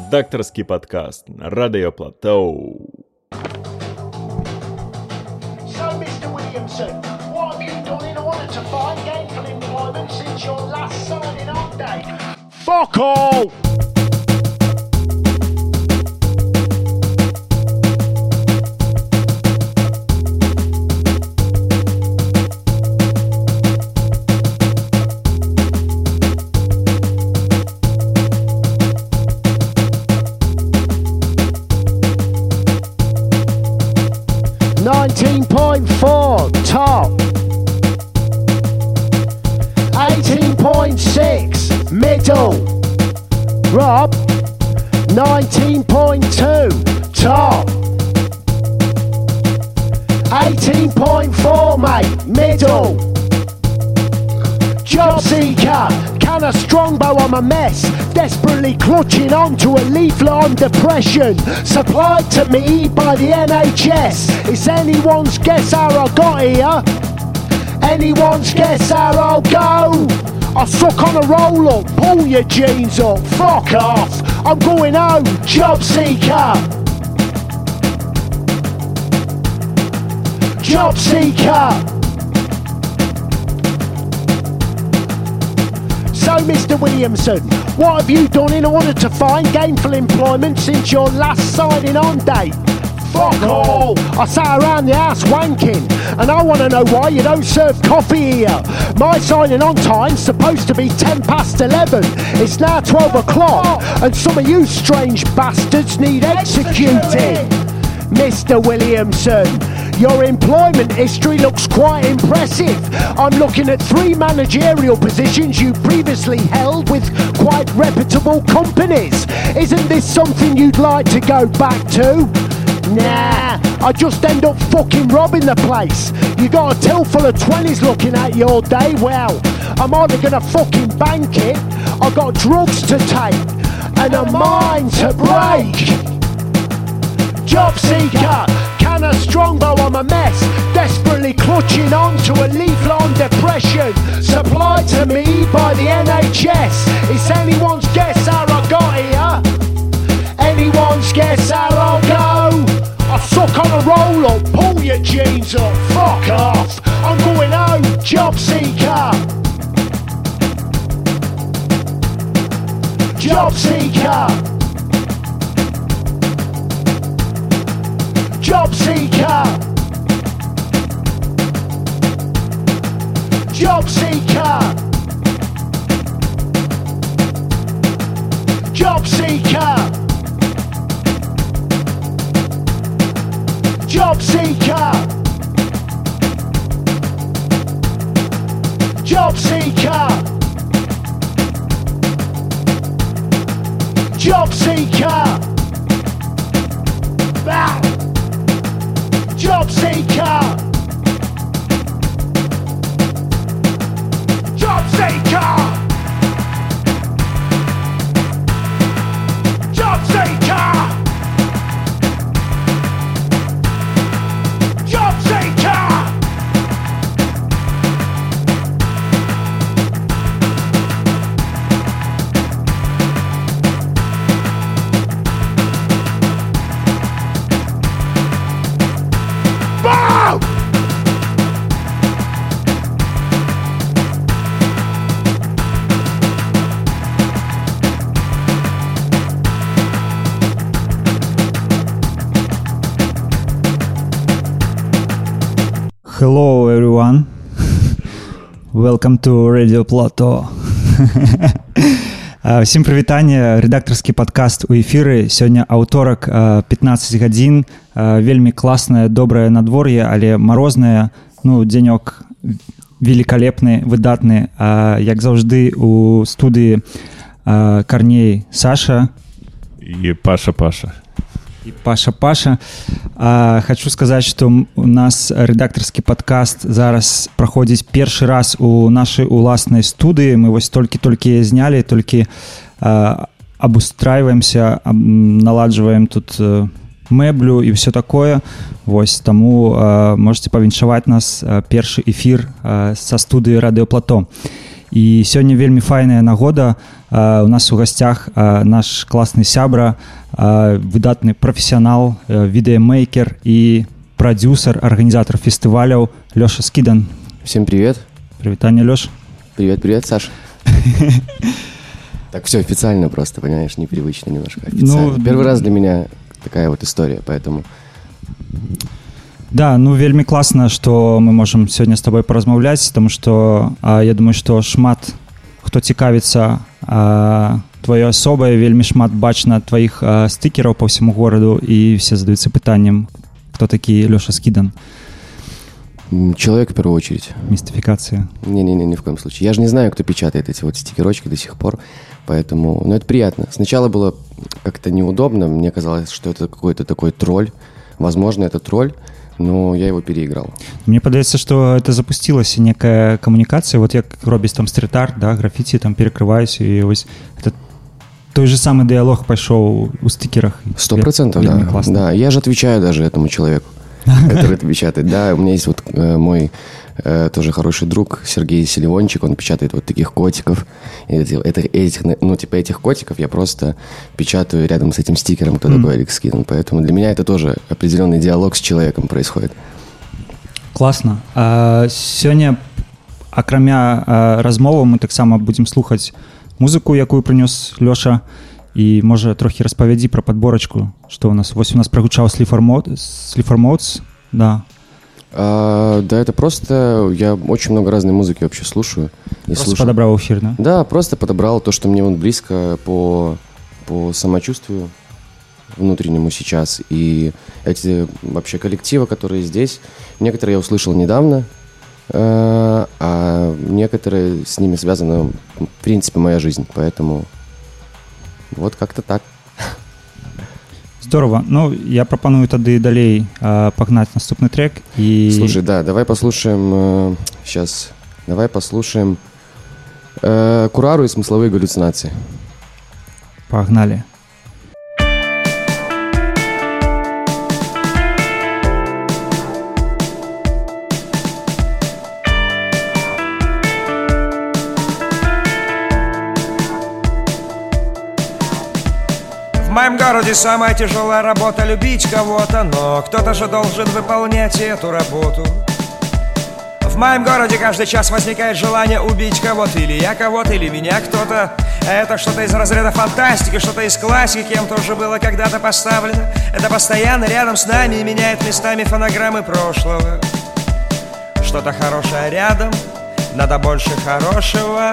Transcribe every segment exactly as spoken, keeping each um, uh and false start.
Редакторский подкаст на Радио Плато. So, Mister Williamson, what have you done in order to find gainful employment since your last signing on day? Fuck all! nineteen point four top, eighteen point six middle, Rob, nineteen point two top, eighteen point four mate, middle, job seeker, can a strongbow I'm a mess, desperately clutching on to a leaflet on depression, supplied to me by the N H S. It's anyone's guess how I got here, anyone's guess how I'll go. I suck on a roll up, pull your jeans up, fuck off, I'm going home, job seeker. Job seeker. So, Mister Williamson, what have you done in order to find gainful employment since your last signing on date? Fuck all! I sat around the house wanking, and I want to know why you don't serve coffee here. My signing on time's supposed to be ten past eleven. It's now twelve o'clock, and some of you strange bastards need executing. Mister Williamson, your employment history looks quite impressive. I'm looking at three managerial positions you previously held with quite reputable companies. Isn't this something you'd like to go back to? Nah, I just end up fucking robbing the place. You got a till full of twenties looking at you all day. Well, I'm either gonna fucking bank it, I got drugs to take, and a mind to break. Job seeker, can a strongbow I'm a mess, desperately clutching on to a leaflet on depression, supplied to me by the N H S. It's anyone's guess how I got here, anyone's guess how I'll go. I suck on a roll up, pull your jeans up, fuck off, I'm going home, job seeker. Job seeker. Job seeker. Job seeker. Job seeker. Job seeker. Job seeker. Job seeker. Bow. Job seeker. Job seeker. Job seeker. Job seeker. Hello everyone, welcome to Radio Plato. Всім прывітанне, рэдактарскі падкаст у эфіры. Сёння аўторак, пятнадцать гадзін, вельмі класнае, добрае надвор'е, але марознае, ну, дзенёк великолепны, выдатны, як заўжды у студыі Карней Саша и Паша Паша. И Паша Паша. А, хочу сказать, что у нас редакторский подкаст зараз проходит первый раз у нашей уласной студии. Мы вот только-только сняли, только а, обустраиваемся, об, наладживаем тут а, мэблю и все такое. Вот, тому а, можете повіншаваць нас а, первый эфир а, со студии Радио Плато. І сёння вельмі файная нагода. У нас у гасцях наш класны сябра, выдатны прафесіянал, відэамейкер і продюсер, организатор фестиваляў Лёша Скидан. Всем привет. Привитание, Лёш. Привет, привет, Саша. Так все официально просто, понимаешь, непривычно немножко. Официально. Ну, Первый раз для меня такая вот история, поэтому... Да, ну вельмі класна, што мы можам сёння з табой паразмаўляць, таму што а, я думаю, што шмат хто цікавіцца а, тваёй асобай, вельмі шмат бачна тваіх а, стыкераў па ўсяму гораду, і все задаюцца пытаннем, хто такі Лёша Скидан. Человек в первую очередь. Мистификация. Не-не-не, ни в коем случае. Я же не знаю, кто печатает эти вот стикерочки до сих пор, поэтому... Ну, это приятно. Сначала было как-то неудобно, мне казалось, что это какой-то такой тролль. Возможно, это тролль, но я его переиграл. Мне падаецца, што это запустилась некая камунікацыя, вот як робіць там стрит-арт, да, графіці, там перекрываюсь, и вось это той же самый диалог пошел у стикерах. Сто процентов, да. Да, я же отвечаю даже этому человеку, который это печатает. Да, у меня есть вот э, мой э, тоже хороший друг Сергей Селивончик, он печатает вот таких котиков. Это, этих, ну, типа этих котиков я просто печатаю рядом с этим стикером, кто mm. такой Алекс Скидан. Поэтому для меня это тоже определенный диалог с человеком происходит. Классно. А, сёння, акрамя а, размоваў, мы таксама будзем слухаць музыку, якую прынёс Лёша. І, може, трохи распавядзі пра падборачку, што у нас. Вось у нас прагучаў Sleeper Modes, да. А, да, это просто... Я очень много разной музыки вообще слушаю. И просто слушаю. Подобрал эфир, да? Да, просто подобрал то, что мне вот близко по, по самочувствию внутреннему сейчас. И эти вообще коллективы, которые здесь, некоторые я услышал недавно, а, а некоторые с ними связана, в принципе, моя жизнь. Поэтому... Вот как-то так. Здорово. Ну, я пропоную тады далей э, погнать наступный трек. И... Слушай, да, давай послушаем э, сейчас, давай послушаем э, Курару и смысловые галлюцинации. Погнали. В моем городе самая тяжелая работа — любить кого-то, но кто-то же должен выполнять эту работу. В моем городе каждый час возникает желание убить кого-то, или я кого-то, или меня кто-то. Это что-то из разряда фантастики, что-то из классики, кем-то уже было когда-то поставлено. Это постоянно рядом с нами и меняет местами фонограммы прошлого. Что-то хорошее рядом, надо больше хорошего.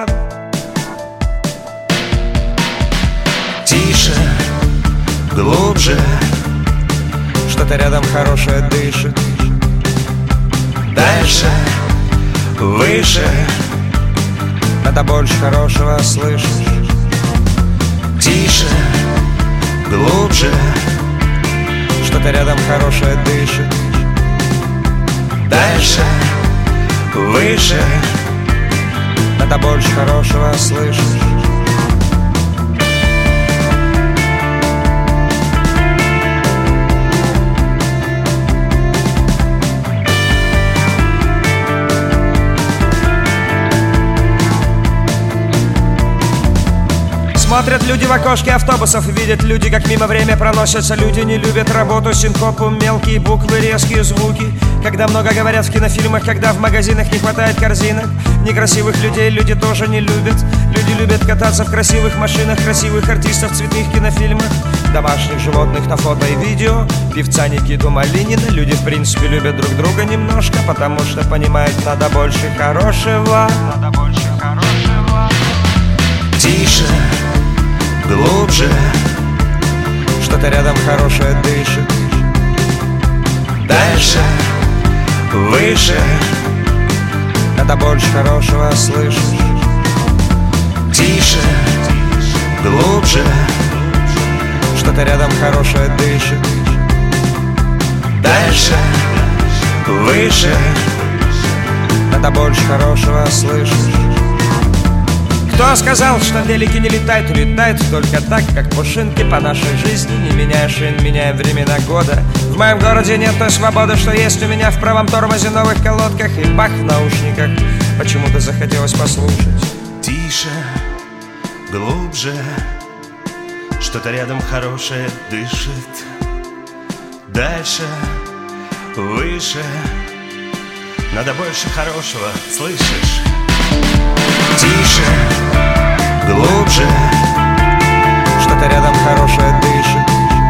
Тише, глубже, что-то рядом хорошее дышит. Дальше, выше, надо больше хорошего слышать. Тише, глубже, что-то рядом хорошее дышит. Дальше, выше, надо больше хорошего слышать. Смотрят люди в окошке автобусов, видят люди, как мимо время проносятся. Люди не любят работу, синкопу, мелкие буквы, резкие звуки. Когда много говорят в кинофильмах, когда в магазинах не хватает корзинок. Некрасивых людей люди тоже не любят. Люди любят кататься в красивых машинах, красивых артистов в цветных кинофильмах. Домашних животных на фото и видео, певца Никиту Малинина. Люди в принципе любят друг друга немножко, потому что понимают, надо больше хорошего. Надо больше хорошего. Тише, глубже, что-то рядом хорошее дышит. Дальше, выше, надо больше хорошего слышать. Тише, глубже, что-то рядом хорошее дышит. Дальше, выше, надо больше хорошего слышать. Кто сказал, что велики не летают, улетают только так, как пушинки по нашей жизни. Не меняя шин, меняем времена года. В моем городе нет той свободы, что есть у меня в правом тормозе, новых колодках и бах в наушниках. Почему-то захотелось послушать Тише, глубже, что-то рядом хорошее дышит. Дальше, выше, надо больше хорошего, слышишь? Тише, глубже, что-то рядом хорошее дышит.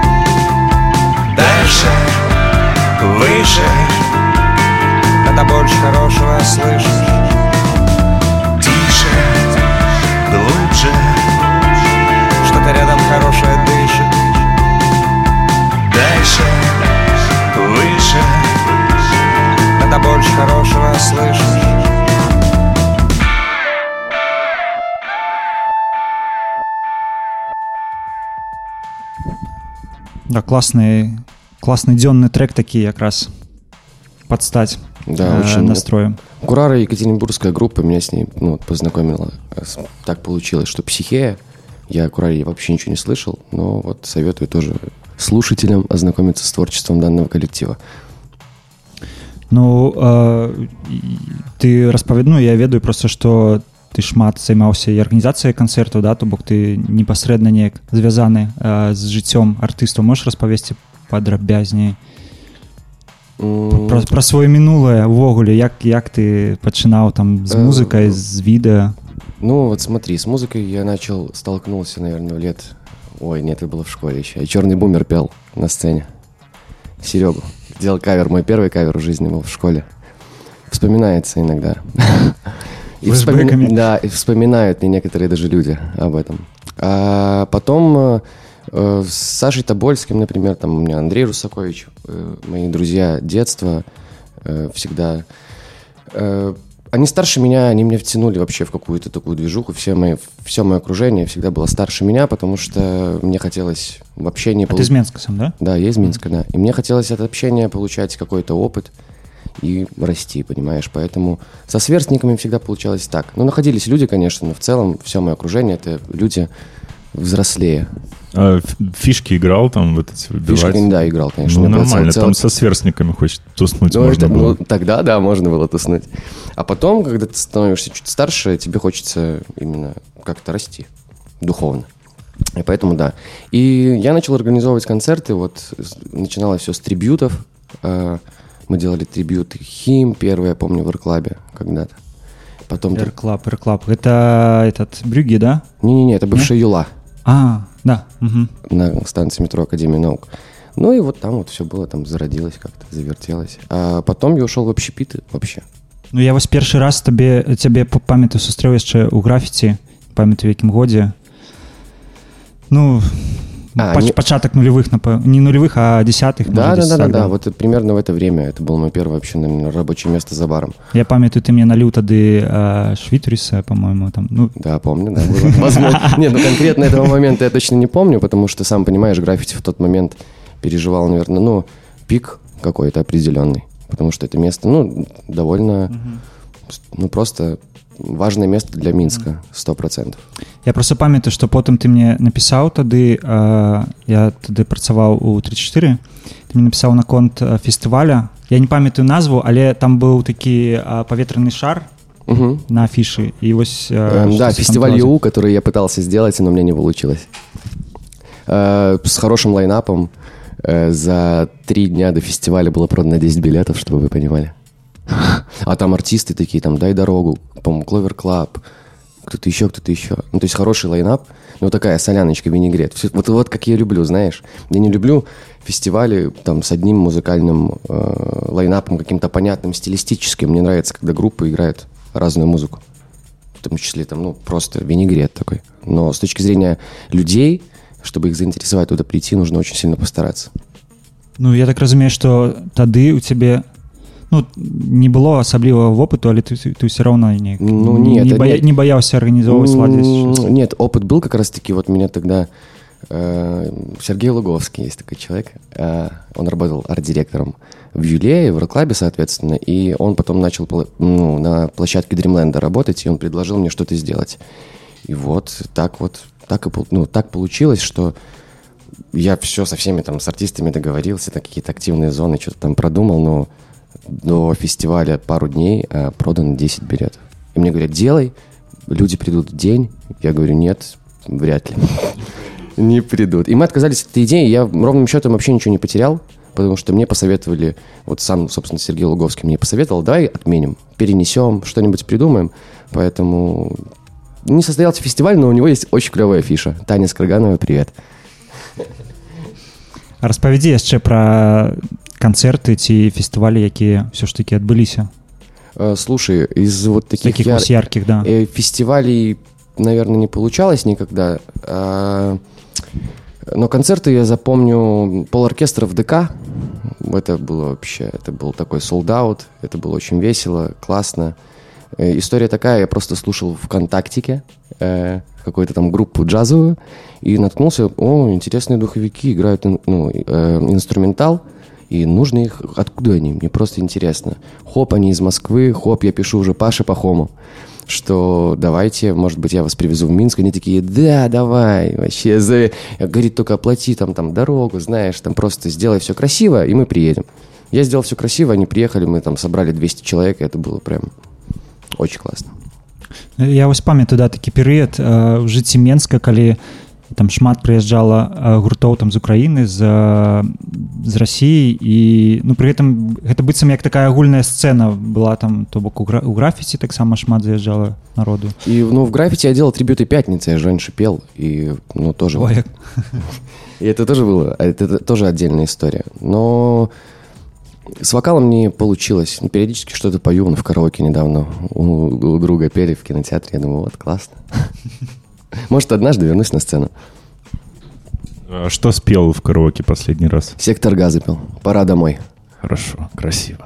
Дальше, выше, надо больше хорошего, слышишь? Тише, глубже, что-то рядом хорошее дышит. Дальше, выше, надо больше хорошего, слышишь? Да, классный, классный дзённый трек такие как раз под стать да, э, очень настроем. Курара екатеринбургская группа меня с ней ну, познакомила. Так получилось, что «Психея», я о Кураре вообще ничего не слышал, но вот советую тоже слушателям ознакомиться с творчеством данного коллектива. Ну, э, ты распавед... ну, я ведаю просто, што ты шмат займаўся і арганізацыяй канцэртаў, да, то бок ты непасрэдна неяк звязаны э, з жыццём артыстаў. Можаш распавесці падрабязней mm. пра, пра сваё мінулае ўвогуле, як, як ты пачынаў там з музыкай, з відэа? Ну, вот смотри, с музыкой я начал, столкнулся, наверное, лет... Ой, нет, это было в школе еще. И «Черный бумер» пел на сцене. Серегу. Делал кавер, мой первый кавер в жизни был в школе. Вспоминается иногда. И вспоми... Да, и вспоминают и некоторые даже люди об этом. А потом э, с Сашей Тобольским, например, там у меня Андрей Русакович, э, мои друзья детства, э, всегда... Э, они старше меня, они меня втянули вообще в какую-то такую движуху. Все, мои, все мое окружение всегда было старше меня, потому что мне хотелось в общении... А полу... ты из Минска сам, да? Да, я из Минска, да. И мне хотелось от общения получать какой-то опыт и расти, понимаешь? Поэтому со сверстниками всегда получалось так. Ну, находились люди, конечно, но в целом все мое окружение — это люди взрослее. А фишки играл там вот эти выбивать? Фишки, да, играл, конечно. Ну, нормально, цел... там со сверстниками хоть туснуть ну, можно это, было. Ну, тогда, да, можно было туснуть. А потом, когда ты становишься чуть старше, тебе хочется именно как-то расти духовно. И поэтому, да. И я начал организовывать концерты, вот начиналось все с трибьютов. Мы делали трибьют Хим, первый, я помню, в Р-клабе когда-то. Потом... Р-клаб, Р-клаб. Это этот Брюгге, да? Не-не-не, это бывшая Юла. А, да. Угу. На станции метро Академии наук. Ну и вот там вот все было, там зародилось как-то, завертелось. А потом я ушел в общепиты вообще. Ну я вось першы раз табе, цябе памятаю сустрэў яшчэ ў графіці, памятаю, якім годзе. Ну, а, поч- не... початок нулевых, не нулевых, а десятых. Да, да, да, да, да, вот примерно в это время. Это было мое первое вообще, наверное, рабочее место за баром. Я памятаю, ты мне налил тады а, Швитуриса, по-моему, там. Ну... Да, помню, да, было. Возможно. Нет, ну конкретно этого момента я точно не помню, потому что, сам понимаешь, граффити в тот момент переживал, наверное, ну, пик какой-то определенный. Потому что это место, ну, довольно, ну, просто важное место для Мінска, сто процентов. Я просто памятаю, што потым ты мне напісаў тады, э, я тады працаваў у тридцать четыре, ты мне напісаў наконт фестываля, я не памятаю назву, але там быў такі э, паветраны шар угу. на афішы. И вось, э, э, да, фестиваль ЮУ, который я пытался сделать, но у меня не получилось. Э, с хорошим лайнапом. За три дня до фестиваля было продано десять билетов, чтобы вы понимали. А там артисты такие, там «Дай дорогу», по-моему, «Кловер Клаб», кто-то еще, кто-то еще. Ну, то есть хороший лайнап, ну, такая соляночка, винегрет. Все, вот, вот как я люблю, знаешь. Я не люблю фестивали там с одним музыкальным э, лайнапом, каким-то понятным, стилистическим. Мне нравится, когда группа играет разную музыку. В том числе там, ну, просто винегрет такой. Но с точки зрения людей... Чтобы их заинтересовать, туда прийти, нужно очень сильно постараться. Ну, я так разумею, что тады у тебя ну, не было асаблівага вопыту, але ты, ты, ты все равно не, ну, нет, не, боя, нет. не боялся организовывать ладить. Нет, опыт был как раз-таки, вот меня тогда э, Сергей Луговский, есть такой человек, э, он работал арт-директором в Юле, в Р-клабе, соответственно, и он потом начал ну, на площадке Дримленда работать, и он предложил мне что-то сделать. И вот так вот Так, и, ну, так получилось, что я все со всеми там, с артистами договорился, там, какие-то активные зоны, что-то там продумал, но до фестиваля пару дней а продано десять билетов. И мне говорят, делай, люди придут в день. Я говорю, нет, вряд ли. Не придут. И мы отказались от этой идеи. Я ровным счетом вообще ничего не потерял, потому что мне посоветовали, вот сам, собственно, Сергей Луговский мне посоветовал, давай отменим, перенесем, что-нибудь придумаем. Поэтому не состоялся фестиваль, но у него есть очень клевая афиша. Таня Скрыганова, привет. Распавядзі яшчэ пра канцэрты ці фестывалі, якія ўсё ж такі адбыліся. Слушай, из вот таких, таких яр... ярких, да. фестивалей, наверное, не получалось никогда. А... Но концерты я запомню. Пол-оркестра в ДК. Это было вообще, это был такой солд-аут. Это было очень весело, классно. История такая, я просто слушал ВКонтактике э, какую-то там группу джазовую и наткнулся, о, интересные духовики, играют ну, э, инструментал, и нужно их, откуда они, мне просто интересно. Хоп, они из Москвы, хоп, я пишу уже Паше Пахому, что давайте, может быть, я вас привезу в Минск. Они такие, да, давай, вообще, за... говорит, только оплати там, там дорогу, знаешь, там просто сделай все красиво, и мы приедем. Я сделал все красиво, они приехали, мы там собрали двести человек, и это было прям очень классно. Я вось памятаю, да, такі перыяд э, у жыцці Менска, калі там шмат прыязджала э, гуртоў там з Украіны, з, з Расіі, і ну, пры гэтым гэта быццам як такая агульная сцэна была там, то бок у, гра, у графіці таксама шмат заязджала народу. И ну, в граффити я делал трибюты Пятницы, я же раньше пел, и ну тоже... Ой. И это тоже было, это тоже отдельная история. Но с вокалом не получилось. Периодически что-то пою, в караоке недавно у, у друга пели в кинотеатре. Я думаю, вот, классно. Может, однажды вернусь на сцену. А что спел в караоке последний раз? «Сектор газа» пел. «Пора домой». Хорошо, красиво.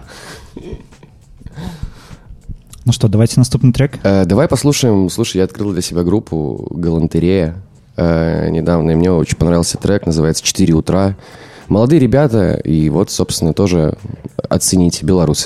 Ну что, давайте наступный трек. Э, давай послушаем. Слушай, я открыл для себя группу «Галантерея» э, недавно, и мне очень понравился трек, называется «Четыре утра». Молодые ребята, и вот, собственно, тоже оцените, белорусы.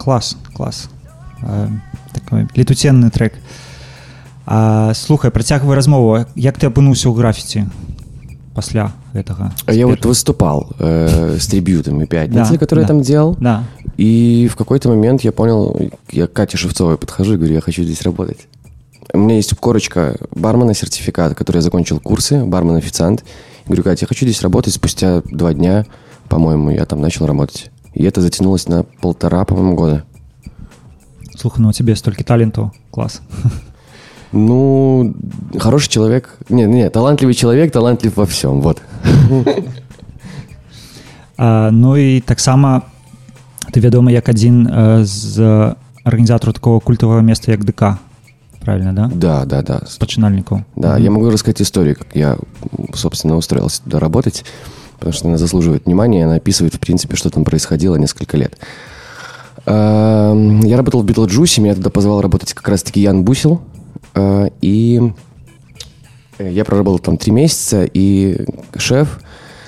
клас, клас. Е, такий летутенний трек. А, слухай, працягвай размову. Як ты апынуўся ў графіці пасля гэтага? Я вот выступал э, с трибьютами «Пятницы», да, которые да. я там делал. Да. И в какой-то момент я понял, я к Кате Шевцовой подхожу и говорю, я хочу здесь работать. У меня есть корочка бармена, сертификат, который я закончил курсы, бармен-официант. Я говорю, Катя, я хочу здесь работать. Спустя два дня, по-моему, я там начал работать. И это затянулось на полтора, по-моему, года. Слушай, ну у тебя столько талантов. Класс. Ну, хороший человек. Не, не, талантливый человек, талантлив во всем. Вот. А, ну и так само ты вядомы як один з организаторов такого культового места, як ДК. Правильно, да? Да, да, да. С починальников. Да, mm-hmm. я могу рассказать историю, как я, собственно, устроился туда работать, потому что она заслуживает внимания, она описывает, в принципе, что там происходило несколько лет. Я работал в Битлджусе, меня туда позвал работать как раз-таки Ян Бусел, и я проработал там три месяца, и шеф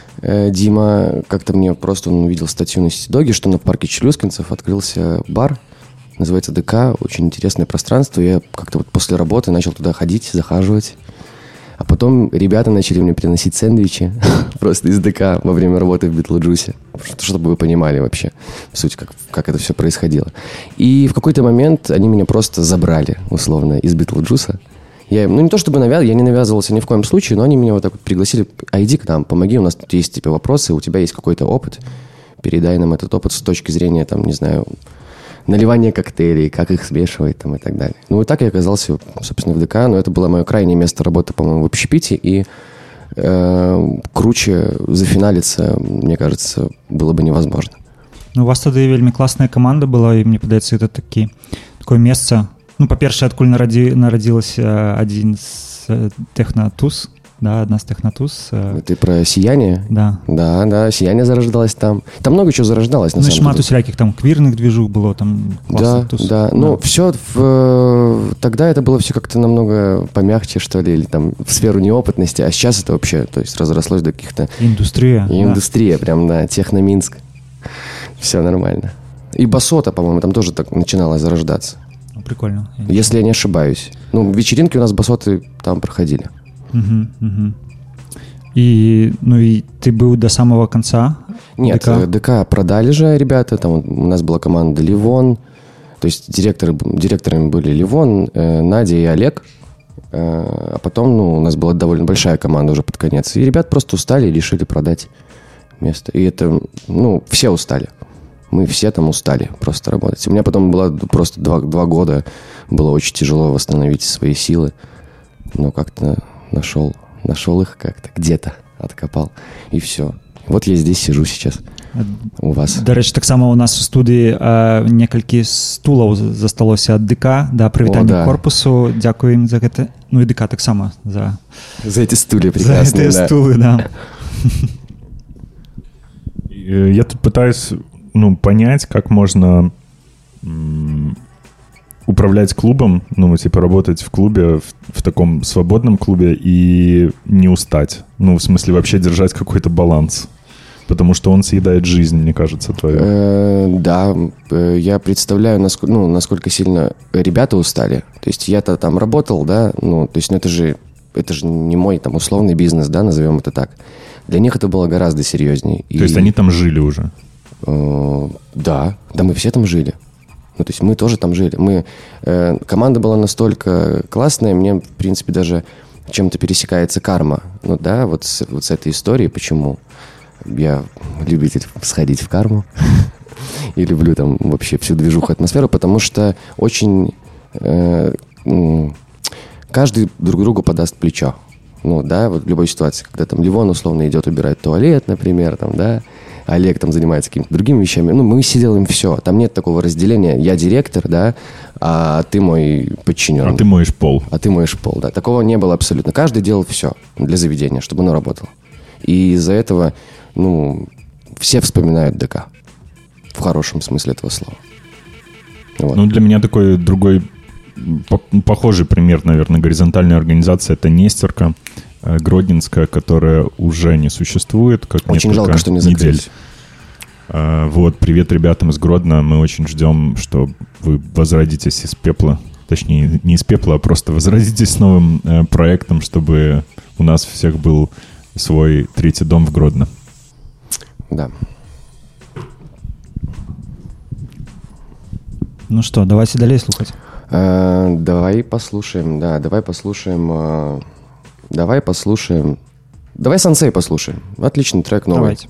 Дима как-то мне просто, он увидел статью на Ситидоге, что на парке Челюскинцев открылся бар, называется ДК, очень интересное пространство. Я как-то вот после работы начал туда ходить, захаживать. А потом ребята начали мне приносить сэндвичи просто из ДК во время работы в Битлджусе, чтобы вы понимали вообще суть, как, как это все происходило. И в какой-то момент они меня просто забрали, условно, из Битлджуса. Я, ну, не то чтобы навяз... я не навязывался ни в коем случае, но они меня вот так вот пригласили, а иди к нам, помоги, у нас тут есть типа вопросы, у тебя есть какой-то опыт, передай нам этот опыт с точки зрения, там, не знаю, наливание коктейлей, как их смешивать там, и так далее. Ну и так я оказался, собственно, в ДК, но это было мое крайнее место работы, по-моему, в общепите, и э, круче зафиналиться, мне кажется, было бы невозможно. Ну, у вас тогда вельми классная команда была, и мне падаецца, это такі, такое место. Ну, па-першае, адкуль нарадзі, нарадзілася адзін з тэхнатуз, да, одна из технотуз. Ты про «Сияние»? Да. Да, да, «Сияние» зарождалось там. Там много чего зарождалось, на ну, самом деле. Ну, шмат усяляких там квирных движух было, там да, туз. Да, да. Ну, все в... Тогда это было все как-то намного помягче, что ли, или там в сферу неопытности, а сейчас это вообще, то есть разрослось до каких-то... Индустрия. Индустрия, да. Прям, да, техноминск. Все нормально. И басота, по-моему, там тоже так начинала зарождаться. Ну, прикольно. Я Если я не ошибаюсь. Ну, вечеринки у нас басоты там проходили. Угу, угу. И, ну и ты был до самого конца? Нет, ДК, ДК продали же ребята. Там у нас была команда Ливон. То есть директоры, директорами были Ливон, э, Надя и Олег. Э, а потом ну, у нас была довольно большая команда уже под конец. И ребят просто устали и решили продать место. И это, ну, все устали. Мы все там устали просто работать. У меня потом было просто два, два года. Было очень тяжело восстановить свои силы. Но как-то... Нашел, нашел их как-то, где-то откопал, и все. Вот я здесь сижу сейчас у вас. До речі, так само у нас в студії е, некалькі стулаў засталося ад ДК, да, прывітанне да. корпусу. Дякую ім за гэта. Ну і ДК так само за... За эти стулья прекрасные, за эти да. стулы, да. Я тут пытаюсь, ну, понять, как можно... М- управлять клубом, ну, типа работать в клубе, в, в таком свободном клубе и не устать. Ну, в смысле, вообще держать какой-то баланс. Потому что он съедает жизнь, мне кажется, твою. Да, я представляю, насколько, ну, насколько сильно ребята устали. То есть я-то там работал, да, ну, то есть ну, это же, это же не мой там условный бизнес, да, назовем это так. Для них это было гораздо серьезнее. То и... есть они там жили уже? Да, да, мы все там жили. Ну, то есть мы тоже там жили. Мы, э, команда была настолько классная, мне, в принципе, даже чем-то пересекается карма. Ну да, вот с, вот с этой историей, почему я любитель сходить в карму и люблю там вообще всю движуху, атмосферу, потому что очень... Э, э, каждый друг другу подаст плечо. Ну да, вот в любой ситуации, когда там Ливон условно идет убирать туалет, например, там, да, Олег там занимается какими-то другими вещами. Ну, мы все делаем все. Там нет такого разделения. Я директор, да, а ты мой подчиненный. А ты моешь пол. А ты моешь пол, да. Такого не было абсолютно. Каждый делал все для заведения, чтобы оно работало. И из-за этого, ну, все вспоминают ДК. В хорошем смысле этого слова. Вот. Ну, для меня такой другой, похожий пример, наверное, горизонтальной организации — это Нестерка Гродненская, которая уже не существует, как очень несколько жалко, что не недель. закрылись. Вот, привет ребятам из Гродно. Мы очень ждем, что вы возродитесь из пепла. Точнее, не из пепла, а просто возродитесь с новым э, проектом, чтобы у нас всех был свой третий дом в Гродно. Да. Ну что, давайте далее слухать. Э, давай послушаем, да, давай послушаем, э, давай послушаем, давай Сансей послушаем. Отличный трек, новый. Давайте.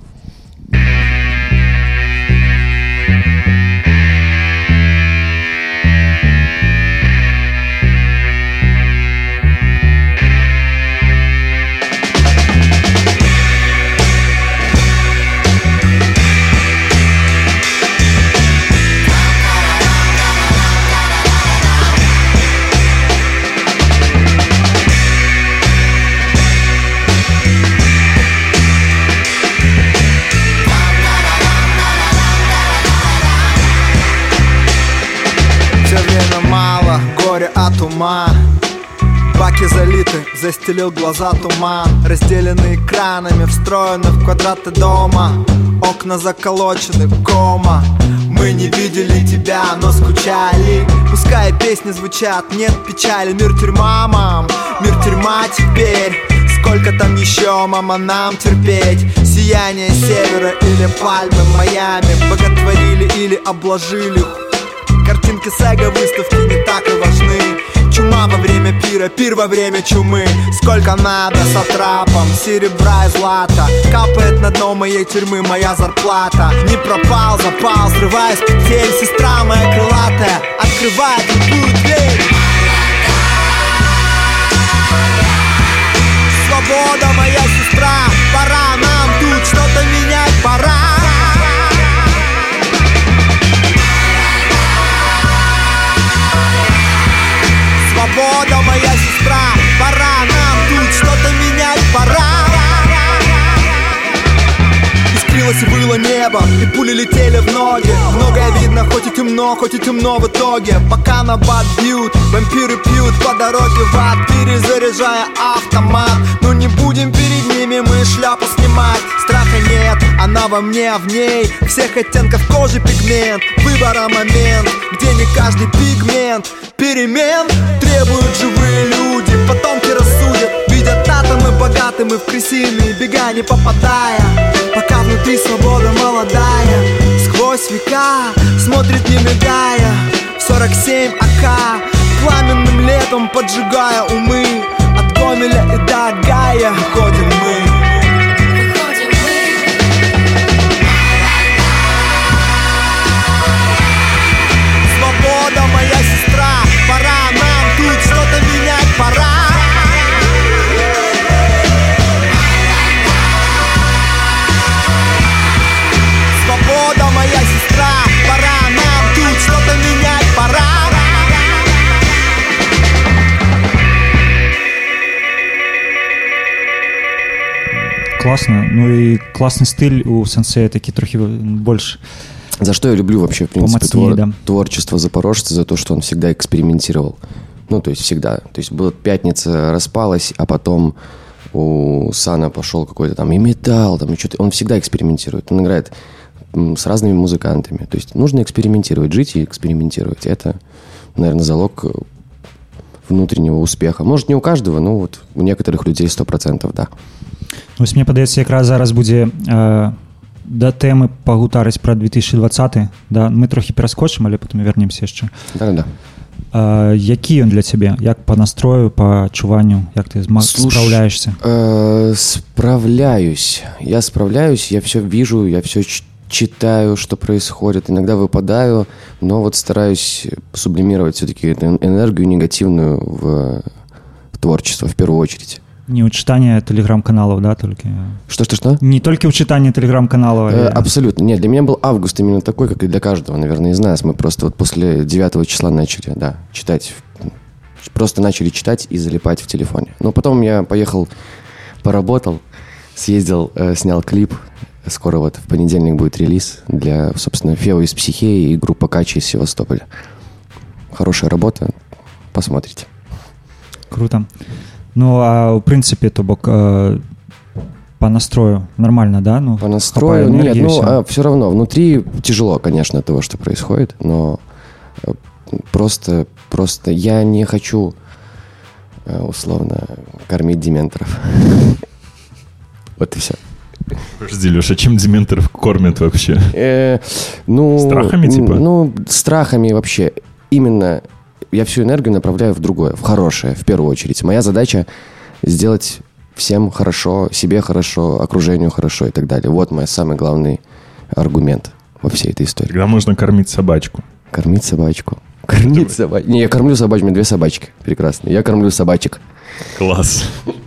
От ума. Баки залиты, застелил глаза туман. Разделены экранами, встроены в квадраты дома. Окна заколочены, кома. Мы не видели тебя, но скучали. Пускай песни звучат, нет печали. Мир тюрьма, мам, мир тюрьма теперь. Сколько там еще, мама, нам терпеть? Сияние севера или пальмы в Майами. Боготворили или обложили. Картинки сэга выставки не так и важны. Чума во время пира, пир во время чумы. Сколько надо сатрапом серебра и злата. Капает на дно моей тюрьмы моя зарплата. Не пропал запал, срываясь с петель. Сестра моя крылатая открывает любую дверь. Свобода моя сестра, пора нам тут что-то менять, пора. Свобода моя сестра, пора нам тут что-то менять, пора. Искрилось и выло небо, и пули летели в ноги. Многое видно, хоть и темно, хоть и темно в итоге. Пока на бат бьют, вампиры пьют по дороге в ад, перезаряжая автомат. Но не будем перед ними мы шляпу снимать. Страха нет, она во мне, а в ней всех оттенков кожи пигмент. Выбора момент, где не каждый пигмент. Перемен требуют живые люди, потомки рассудят. Видят атомы богаты, мы в крысиные бега не попадая. Пока внутри свобода молодая, сквозь века смотрит не мигая. сорок семь АК, пламенным летом поджигая умы. От Гомеля и до Гая ходим мы. Свобода моя сестра, пора нам тут что-то менять, пора. Свобода моя сестра, пора нам тут что-то менять, пора. Классно. Ну и классный стиль у Сансея, таки трохи больше. За что я люблю вообще, в принципе, Помацнее, твор... да. творчество запорожца, за то, что он всегда экспериментировал. Ну, то есть всегда. То есть была пятница, распалась, а потом у Сана пошел какой-то там и металл, там, и что-то. Он всегда экспериментирует. Он играет с разными музыкантами. То есть нужно экспериментировать, жить и экспериментировать. Это, наверное, залог внутреннего успеха. Может, не у каждого, но вот у некоторых людей сто процентов, да. Ось мне падаецца, якраз зараз будзе э, да тэмы пагутарыць пра две тысячи двадцаты. Да, мы трохі пераскочым, але потым вернемся яшчэ. Да-да-да. Э, які ён для цябе? Як по настрою, по адчуванню? Як ты справляешься? Э, справляюсь. Я справляюсь, я все вижу, я все ч- читаю, что происходит. Иногда выпадаю, но вот стараюсь сублимировать все-таки эту энергию негативную в, в творчество, в первую очередь. Не у читания телеграм-каналов, да, только? Что-что-что? Не только у читания телеграм-каналов. Э, абсолютно. Нет, для меня был август именно такой, как и для каждого, наверное, из нас. Мы просто вот после девятого числа начали, да, читать. Просто начали читать и залипать в телефоне. Но потом я поехал, поработал, съездил, э, снял клип. Скоро вот в понедельник будет релиз для, собственно, Фео из Психеи и группа Качи из Севастополя. Хорошая работа. Посмотрите. Круто. Ну, а в принципе, то бок, э, по настрою нормально, да? Ну, по настрою нет, ну, а все равно внутри тяжело, конечно, от того, что происходит, но просто, просто я не хочу условно кормить дементоров. Вот и все. Подожди, Леша, чем дементоров кормят вообще? Э, ну, страхами типа? Ну, страхами вообще. Именно я всю энергию направляю в другое, в хорошее, в первую очередь. Моя задача сделать всем хорошо, себе хорошо, окружению хорошо и так далее. Вот мой самый главный аргумент во всей этой истории. Когда можно кормить собачку? Кормить собачку. Кормить собачку. Не, я кормлю собачку, у меня две собачки. Прекрасно. Я кормлю собачек. Класс.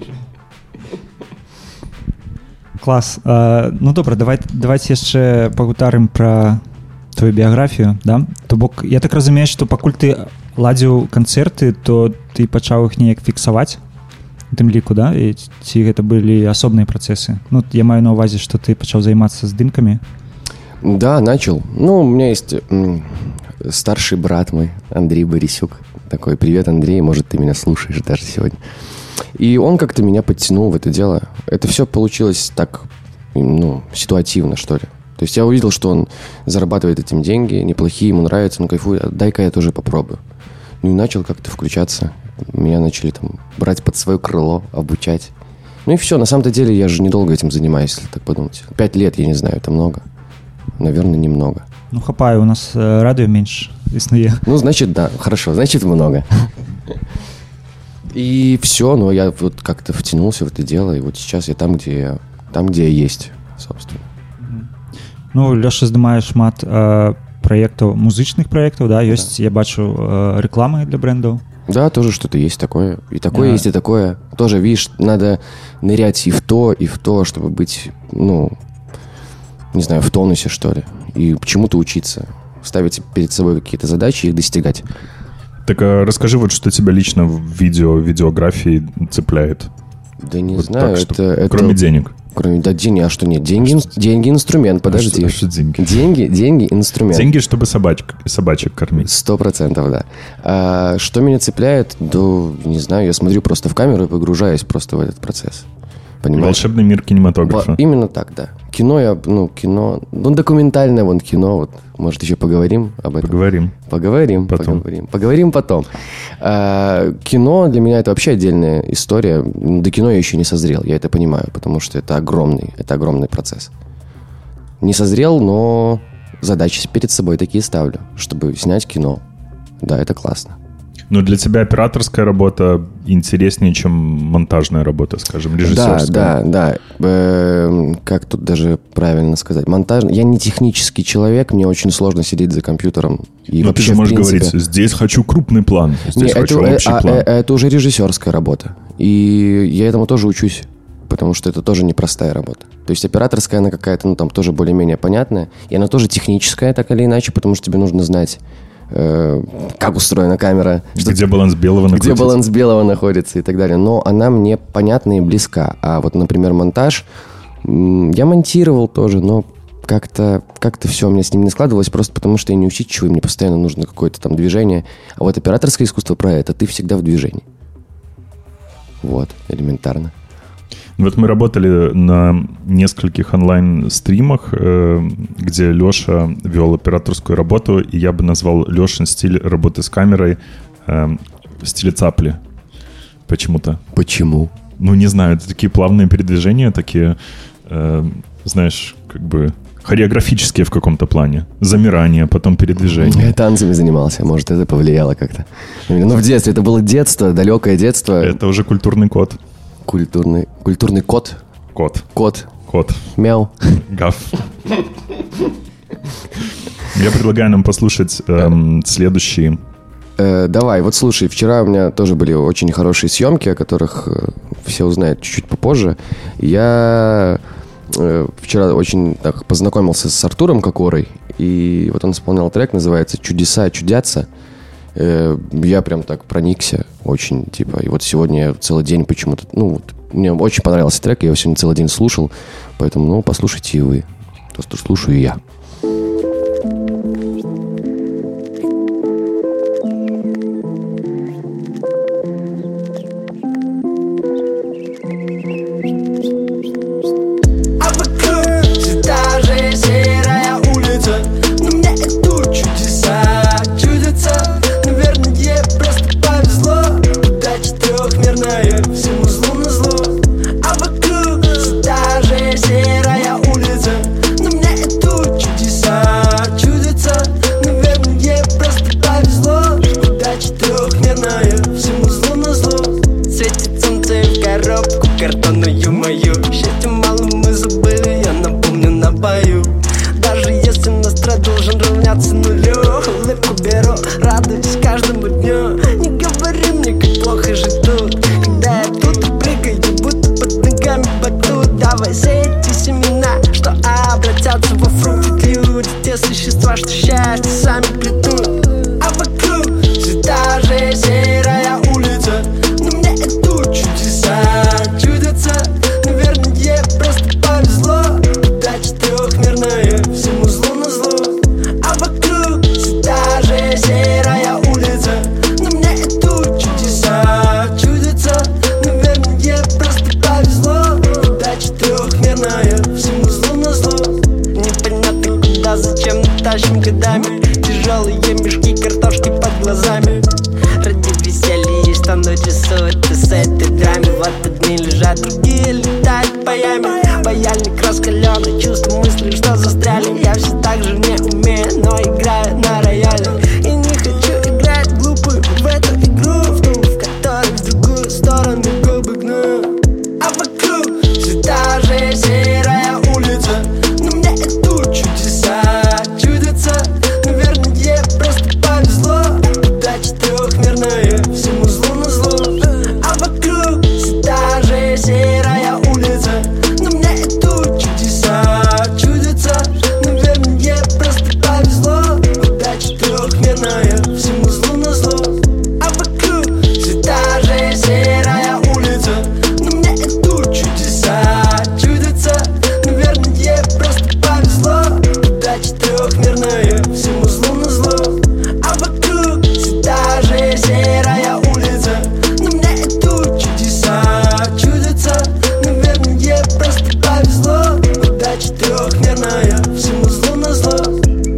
Клас. Uh, ну добра, давай, давайте яшчэ пагутарым пра твою біяграфію, да? То бок я так разумею, што пакуль ты ладзіў канцэрты, то ты пачаў іх неяк фіксаваць у тым ліку, да? І ці гэта былі асобныя працэсы? Ну, я маю на ўвазе, што ты пачаў займацца здымкамі. Да, начал. Ну, у меня есть м, старший брат мой, Андрей Борисюк. Такой, привет, Андрей, может, ты меня слушаешь даже сегодня. И он как-то меня подтянул в это дело. Это все получилось так, ну, ситуативно, что ли. То есть я увидел, что он зарабатывает этим деньги, неплохие, ему нравится, он кайфует, дай-ка я тоже попробую. Ну и начал как-то включаться. Меня начали там брать под свое крыло, обучать. Ну и все, на самом-то деле я же недолго этим занимаюсь, если так подумать. Пять лет, я не знаю, это много. Наверное, немного. Ну, хапаю, у нас э, радио меньше існує. Ну, значит, да, хорошо, значит, много. И все, но я вот как-то втянулся в это дело, и вот сейчас я там, где я, там, где я есть, собственно. Ну, Леша здымае шмат э, праектаў, музычных праектаў, да, ёсць, да. Я бачу э, рекламы для брендов. Да, тоже что-то есть такое. И такое да. Есть, и такое. Тоже, видишь, надо нырять и в то, и в то, чтобы быть, ну, не знаю, в тонусе, что ли. И чему-то учиться. Ставить перед собой какие-то задачи и их достигать. Так а расскажи, вот что тебя лично в видео, видеографии цепляет? Да не вот знаю, так, это, это... Кроме денег. Кроме, да, деньги, а что нет? Деньги, что? деньги инструмент, подожди. А что, а что деньги? Деньги, деньги инструмент. Деньги, чтобы собачек, собачек кормить. Сто процентов, да. А, что меня цепляет? Да, не знаю, я смотрю просто в камеру и погружаюсь просто в этот процесс. Понимаешь? Волшебный мир кинематографа. Во, именно так, да. Кино, я, ну, кино, ну, документальное, вон, кино, вот, может, еще поговорим об этом? Поговорим. Поговорим, потом. поговорим. Поговорим потом. А, кино для меня это вообще отдельная история. До кино я еще не созрел, я это понимаю, потому что это огромный, это огромный процесс. Не созрел, но задачи перед собой такие ставлю, чтобы снять кино. Да, это классно. Но для тебя операторская работа интереснее, чем монтажная работа, скажем, режиссерская. Да, да, да. Э-э- как тут даже правильно сказать? Монтаж... Я не технический человек, мне очень сложно сидеть за компьютером. И но ты же можешь говорить, здесь хочу крупный план, здесь не, хочу это, общий а, план. А, это уже режиссерская работа. И я этому тоже учусь, потому что это тоже непростая работа. То есть операторская, она какая-то, ну, там тоже более-менее понятная. И она тоже техническая, так или иначе, потому что тебе нужно знать, как устроена камера, где что, баланс белого находится. Где баланс белого находится и так далее. Но она мне понятна и близка. А вот, например, монтаж, я монтировал тоже, но как-то, как-то все у меня с ним не складывалось, просто потому что я не усидчивый, мне постоянно нужно какое-то там движение. А вот операторское искусство про это, ты всегда в движении. Вот, элементарно. Вот мы работали на нескольких онлайн-стримах, где Леша вел операторскую работу, и я бы назвал Лешин стиль работы с камерой в стиле цапли. Почему-то. Почему? Ну, не знаю, это такие плавные передвижения, такие, знаешь, как бы хореографические в каком-то плане. Замирание, потом передвижение. Я танцами занимался, может, это повлияло как-то. Ну, в детстве, это было детство, далекое детство. Это уже культурный код. Культурный, культурный кот. Кот. Кот. Кот. Мяу. Гав. Я предлагаю нам послушать эм, следующий. Э, давай, вот слушай, вчера у меня тоже были очень хорошие съемки, о которых э, все узнают чуть-чуть попозже. Я э, вчера очень так познакомился с Артуром Кокорой, и вот он исполнял трек, называется «Чудеса чудятся». Я прям так проникся очень, типа, и вот сегодня я целый день почему-то, ну, вот, мне очень понравился трек, я его сегодня целый день слушал, поэтому, ну, послушайте и вы, то, что слушаю и я. превратятся во фрукты люди, те существа, что счастье сами плетут. А вокруг все та же серая улица, но мне и тут чудеса чудятся. Наверное, просто повезло, удача трехмерная, всему злу на зло. А вокруг все та же серая улица, но мне и тут чудеса чудятся. Наверное, просто повезло, удача трехмерная, всему злу на зло. Непонятно куда, зачем тащим годами тяжелые мешки картошки под глазами. Ради веселья, что ночь рисует ты с этой драме. В этот дни лежат, другие летают по яме. Паяльник раскаленный, чувства, мысли, что застряли. Я все так же не умею, но играю на рояле. И не хочу играть глупую в эту игру, в ту, в которой в другую сторону губы гну. А вокруг все та же серая улица, но мне и тут чудеса чудятся. Наверное, просто повезло, удача трехмерная, всему злу на зло. А вокруг все та же серая улица, но мне и тут чудеса чудятся. Наверное, просто повезло, удача трехмерная, всему злу на зло. А вокруг все та же серая улица, но мне и тут чудеса чудятся. Наверное, просто повезло, удача трехмерная, всему злу на зло. А вокруг все та же серая улица, но мне и тут чудеса чудятся. Наверное, просто повезло, удача трехмерная, всему злу на зло.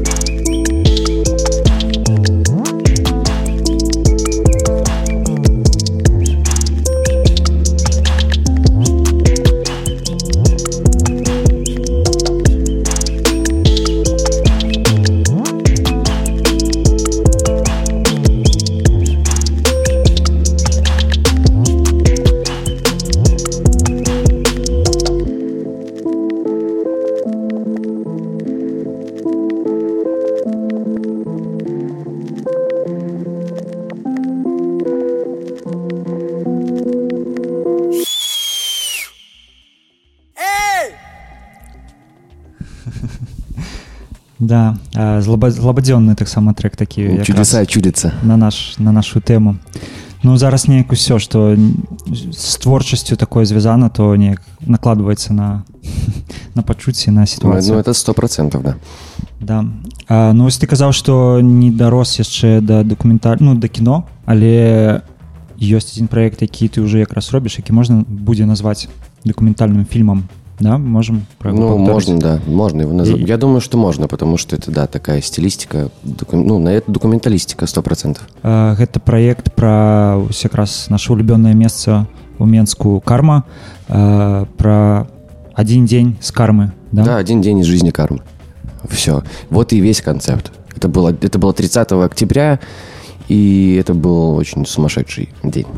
Да, злабадзённы таксама трек такі чудеса чудятся на наш на нашу тэму. Ну зараз неяк усё, што з творчасцю такое звязана, то неяк накладваецца на на пачуцці, на сітуацыю. Ну это сто процентов, да. Да. А, ну вось ты казаў, што не дарос яшчэ да дакументаль... ну да кіно, але ёсць адзін праект, які ты ўжо якраз робіш, які можна будзе назваць дакументальным фільмам. Да, можем. Ну, можно, да, можно его назвать. И... Я думаю, что можно, потому что это, да, такая стилистика, доку... ну, на это документалистика сто процентов. А, это проект про как раз наше улюбленное место у Менску Карма, а, про один день с Кармы, да? Да, один день из жизни Кармы. Все. Вот и весь концепт. Это было, это было тридцатого октября, и это был очень сумасшедший день.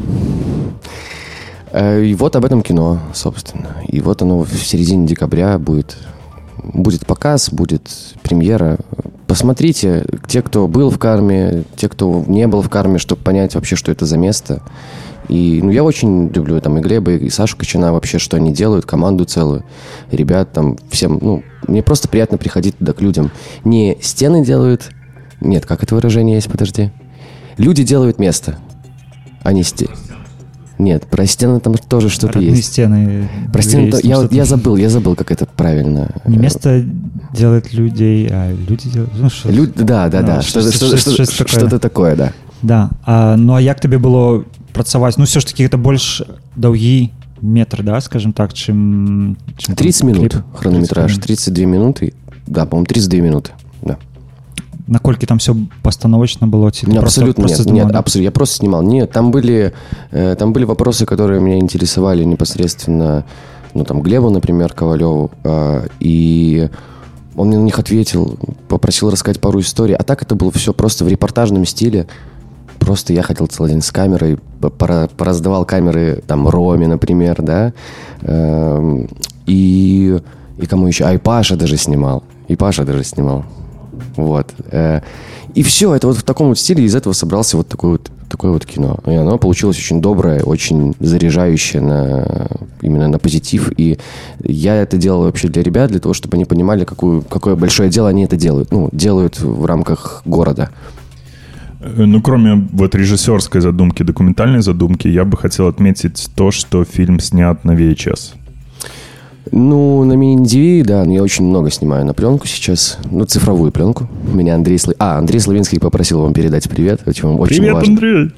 И вот об этом кино, собственно. И вот оно в середине декабря будет, будет показ, будет премьера. Посмотрите, те, кто был в Карме, те, кто не был в Карме, чтобы понять вообще, что это за место. И ну, я очень люблю там и Глеба, и Сашу Кочана вообще, что они делают, команду целую. Ребят там всем, ну, мне просто приятно приходить туда к людям. Не стены делают, нет, как это выражение есть, подожди. Люди делают место, а не стены. Нет, про стены там тоже что-то Родные есть. стены. Про стены то, я, я забыл, я забыл, как это правильно. Не место делает людей, а люди делают. Ну, что... Люд... Да, да, ну, да. Что-то, что-то, что-то, что-то, такое. что-то такое, да. Да. А, ну а як тебе было працаваць? Ну, все ж таки, это больше долгий метр, да, скажем так, чем. чем тридцать минут хронометраж, тридцать две минуты. Да, по-моему, тридцать две минуты. Да. Накольки там все постановочно было? Нет, абсолютно просто, просто нет, нет, абсолютно. Я просто снимал. Нет, там были, э, там были вопросы, которые меня интересовали непосредственно, ну, там, Глебу, например, Ковалеву, э, и он мне на них ответил, попросил рассказать пару историй, а так это было все просто в репортажном стиле. Просто я ходил целый день с камерой, пора, пораздавал камеры, там, Роме, например, да, э, и, и кому еще? А и Паша даже снимал, и Паша даже снимал. Вот. И все, это вот в таком вот стиле, из этого собрался вот такой вот такое вот кино. И оно получилось очень доброе, очень заряжающее на, именно на позитив. И я это делал вообще для ребят, для того, чтобы они понимали, какую, какое большое дело они это делают. Ну, делают в рамках города. Ну, кроме вот режиссерской задумки, документальной задумки, я бы хотел отметить то, что фильм снят на ви эйч эс. Ну, на мини-ди ви, да, я очень много снимаю на пленку сейчас. Ну, цифровую пленку. Меня Андрей Славинский... А, Андрей Славинский попросил вам передать привет. Очень, очень привет, важно. Андрей!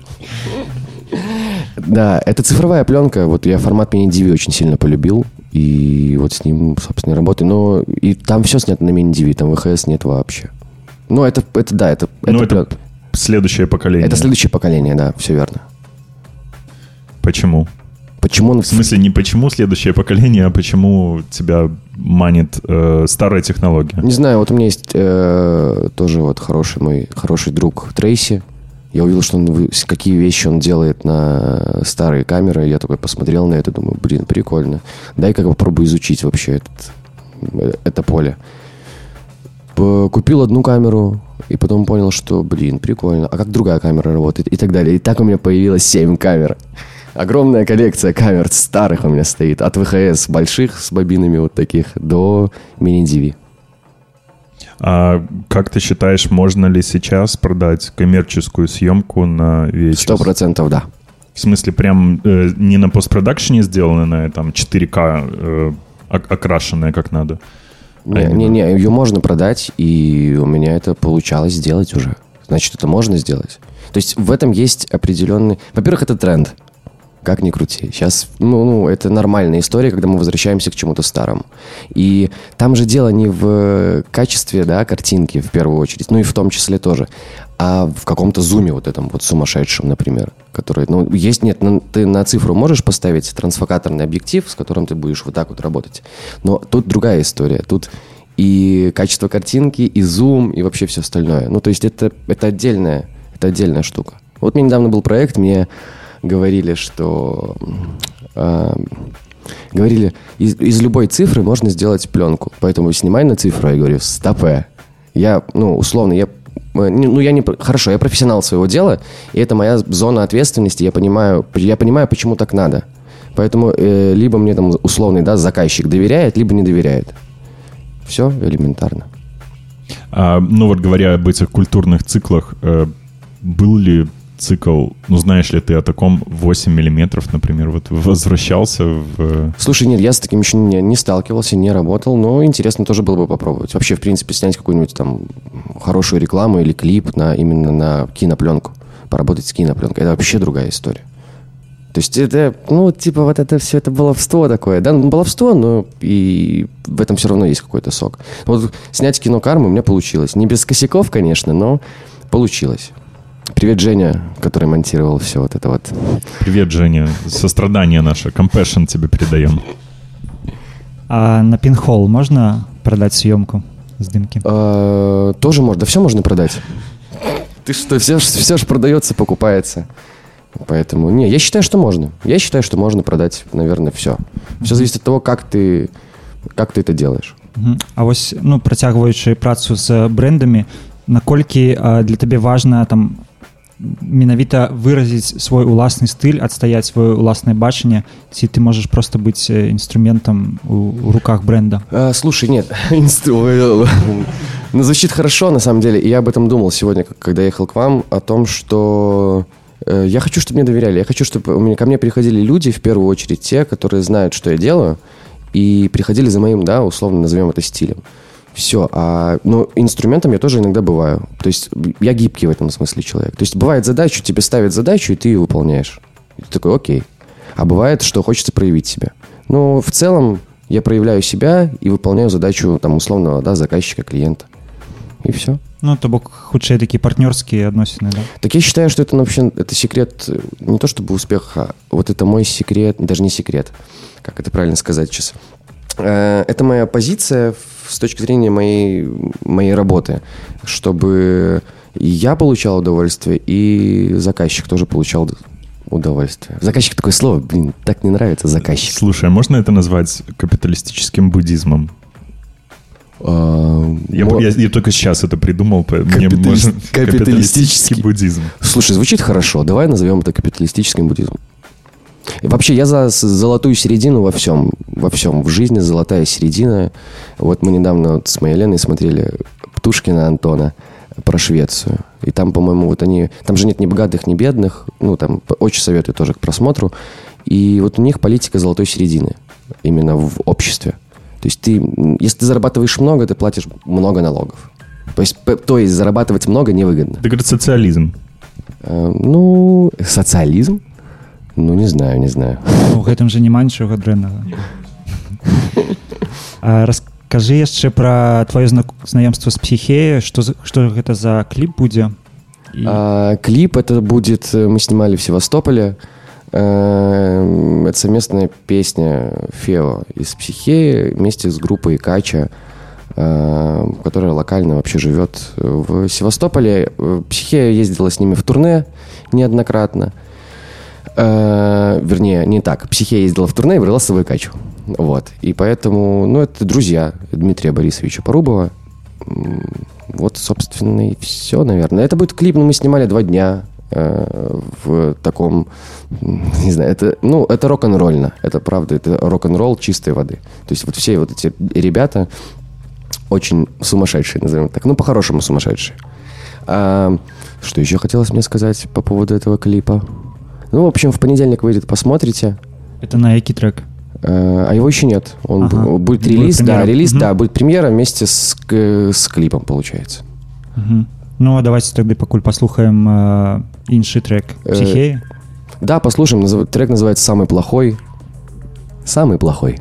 Да, это цифровая пленка. Вот я формат мини-ди ви очень сильно полюбил. И вот с ним, собственно, работаю. Но и там все снято на мини-ди ви, там ви эйч эс нет вообще. Ну, это, это да, это... Ну, это, это плен... следующее поколение. Это следующее поколение, да, все верно. Почему? Почему? В смысле, не почему следующее поколение, а почему тебя манит э, старая технология? Не знаю, вот у меня есть э, тоже вот хороший мой хороший друг Трейси. Я увидел, что он, какие вещи он делает на старые камеры. Я такой посмотрел на это, думаю, блин, прикольно. Дай-ка попробую изучить вообще этот, это поле. Купил одну камеру, и потом понял, что, блин, прикольно. А как другая камера работает? И так далее. И так у меня появилось семь камер. Огромная коллекция камер старых у меня стоит. От ви эйч эс больших с бобинами вот таких до мини-ди ви. А как ты считаешь, можно ли сейчас продать коммерческую съемку на ви эйч эс? Сто процентов да. В смысле, прям э, не на постпродакшене сделанная, там, четыре ка э, окрашенная как надо? Не-не-не, а ее можно продать, и у меня это получалось сделать уже. Значит, это можно сделать. То есть в этом есть определенный... Во-первых, это тренд. Как ни крути. Сейчас, ну, ну, это нормальная история, когда мы возвращаемся к чему-то старому. И там же дело не в качестве, да, картинки, в первую очередь, ну и в том числе тоже, а в каком-то зуме вот этом вот сумасшедшем, например, который, ну, есть, нет, ну, ты на цифру можешь поставить трансфокаторный объектив, с которым ты будешь вот так вот работать, но тут другая история, тут и качество картинки, и зум, и вообще все остальное. Ну, то есть это, это отдельная, это отдельная штука. Вот у меня недавно был проект, мне говорили, что... Э, говорили, из, из любой цифры можно сделать пленку. Поэтому снимай на цифру. Я говорю, стопэ. Я, ну, условно, я... Ну, я не... Хорошо, я профессионал своего дела, и это моя зона ответственности. Я понимаю, я понимаю, почему так надо. Поэтому э, либо мне там условный, да, заказчик доверяет, либо не доверяет. Все элементарно. А, ну, вот говоря об этих культурных циклах, э, был ли цикл, ну, знаешь ли ты о таком восемь миллиметров, например, вот возвращался в... Слушай, нет, я с таким еще не, не сталкивался, не работал, но интересно тоже было бы попробовать. Вообще, в принципе, снять какую-нибудь там хорошую рекламу или клип на, именно на кинопленку, поработать с кинопленкой. Это вообще другая история. То есть это, ну, типа вот это все, это баловство такое, да, ну, баловство, но и в этом все равно есть какой-то сок. Вот снять кино «Карма» у меня получилось. Не без косяков, конечно, но получилось. Привет, Женя, который монтировал все вот это вот. Привет, Женя. Сострадание наше, compassion тебе передаем. А на Pinhole можно продать съемку с дымки? А, тоже можно. Да все можно продать. Ты что, все, все же продается, покупается. Поэтому, не, я считаю, что можно. Я считаю, что можно продать, наверное, все. Все зависит от того, как ты, как ты это делаешь. А вось, ну, працягваючы працу з брэндамі, наколькі а, для табе важна там менавіта выразіць свой уласны стыль, адстаяць сваё уласнае бачанне, ці ты можаш просто быць инструментом у, у руках бренда? А, слушай, нет, ну, звучит хорошо, на самом деле, и я об этом думал сегодня, когда ехал к вам, о том, что э, я хочу, чтобы мне доверяли, я хочу, чтобы у меня, ко мне приходили люди, в первую очередь те, которые знают, что я делаю, и приходили за моим, да, условно назовем это стилем. Все. А, ну, инструментом я тоже иногда бываю. То есть я гибкий в этом смысле человек. То есть бывает задача, тебе ставят задачу, и ты ее выполняешь. И ты такой, окей. А бывает, что хочется проявить себя. Но в целом я проявляю себя и выполняю задачу там условного, да, заказчика, клиента. И все. Ну, то бок, хутчэй такие партнерские отношения, да? Так я считаю, что это вообще это секрет, не то чтобы успеха, а вот это мой секрет, даже не секрет, как это правильно сказать сейчас. Это моя позиция с точки зрения моей, моей работы, чтобы и я получал удовольствие, и заказчик тоже получал удовольствие. Заказчик — такое слово, блин, так не нравится, заказчик. Слушай, а можно это назвать капиталистическим буддизмом? Я, я, я только сейчас это придумал. Мне Капиталист, можно... капиталистический. Капиталистический буддизм. Слушай, звучит хорошо. Давай назовем это капиталистическим буддизмом. И вообще, я за золотую середину во всем. Во всем. В жизни золотая середина. Вот мы недавно вот с моей Леной смотрели Птушкина Антона про Швецию. И там, по-моему, вот они... Там же нет ни богатых, ни бедных. Ну, там очень советую тоже к просмотру. И вот у них политика золотой середины. Именно в обществе. То есть ты, если ты зарабатываешь много, ты платишь много налогов. То есть, то есть зарабатывать много невыгодно. Это, говорит, социализм. Э, ну, социализм? Ну, не знаю, не знаю. Ну, в этом же няма нічога дрэннага. Раскажы яшчэ пра твоё знаёмство з Психеяй, што, што гэта за кліп будзе? И... А, клип это будет, мы снимали в Севастополе. Это совместная песня Фео из Психеи вместе с группой Кача, которая локально вообще живет в Севастополе. Психея ездила с ними в турне неоднократно. Вернее, не так. Психея ездила в турне и брала с собой Качу. Вот. И поэтому, ну, это друзья Дмитрия Борисовича Порубова. Вот, собственно, и все, наверное. Это будет клип, но мы снимали два дня. В таком, не знаю, это, ну, это рок-н-ролльно, это правда, это рок-н-ролл чистой воды. То есть вот все вот эти ребята очень сумасшедшие, назовем так, ну, по-хорошему сумасшедшие. А, что еще хотелось мне сказать по поводу этого клипа? Ну, в общем, в понедельник выйдет, посмотрите. Это на який трек? А, а его еще нет. Он ага. будет релиз, будет да, релиз, угу. да, будет премьера вместе с, с клипом, получается. Угу. Ну, а давайте тогда пакуль послухаем э, інший трек Психеи. Э, да, послушаем. Назов... Трек называется «Самый плохой». Самый плохой.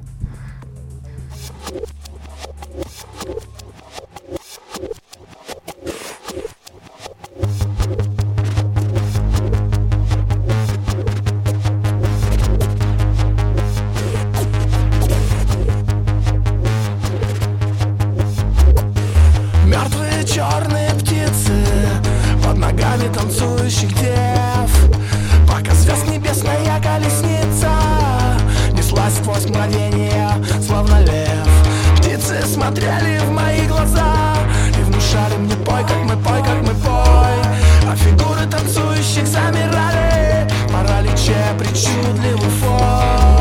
Мертвые черные птицы под ногами танцующих дев. Пока звезд небесная колесница неслась сквозь мгновение, словно лев. Птицы смотрели в мои глаза и внушали мне: пой, как мы, пой, как мы, пой. А фигуры танцующих замирали в параличе причудливых форм.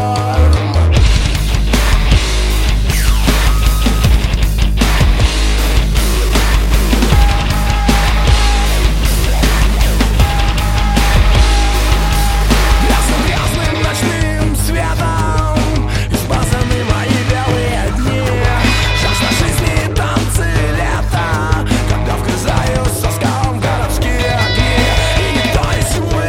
Свой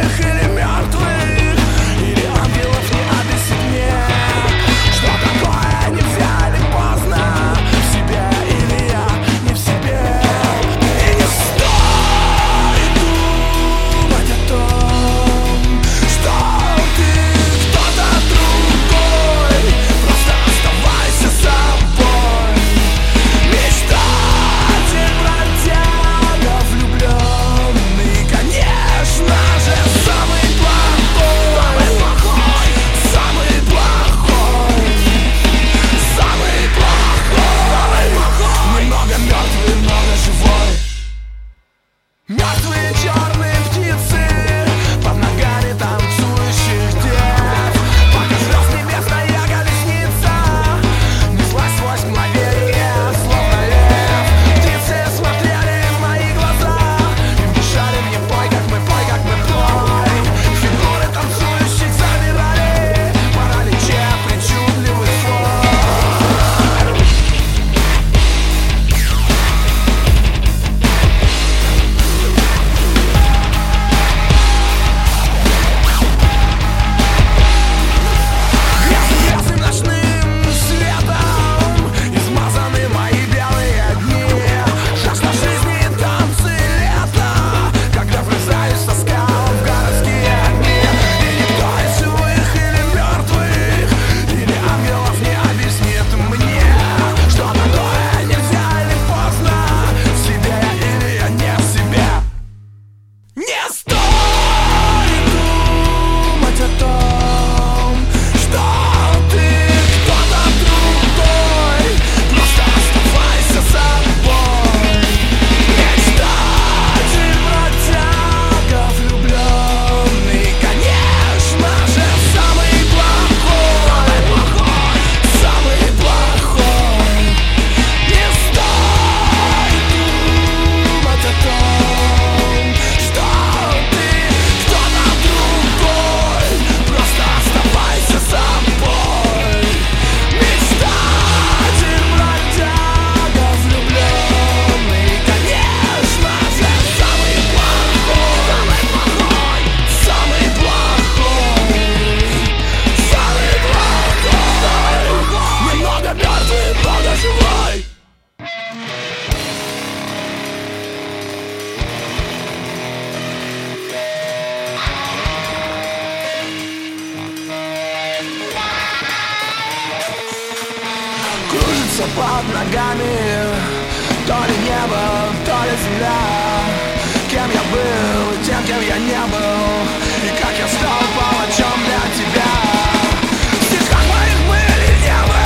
под ногами, то ли небо, то ли земля. Кем я был, тем, кем я не был, и как я стал палачом для тебя. В стихах моих были небо,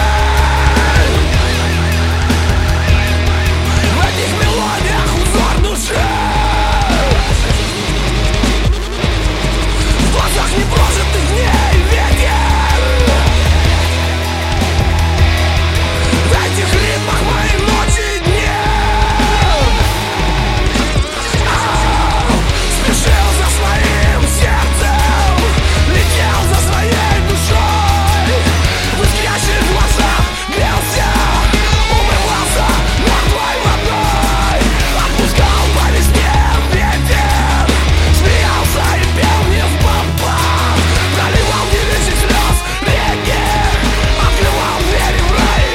в этих мелодиях узор души, в глазах непрожитых дней ветер, в этих ритмах мои ночи и дни. Спешил за своим сердцем, летел за своей душой, в искрящих глазах грелся, умывался мертвой водой, отпускал по весне ветер, смеялся и пел не в попад, проливал не весь слез реки, открывал двери в рай.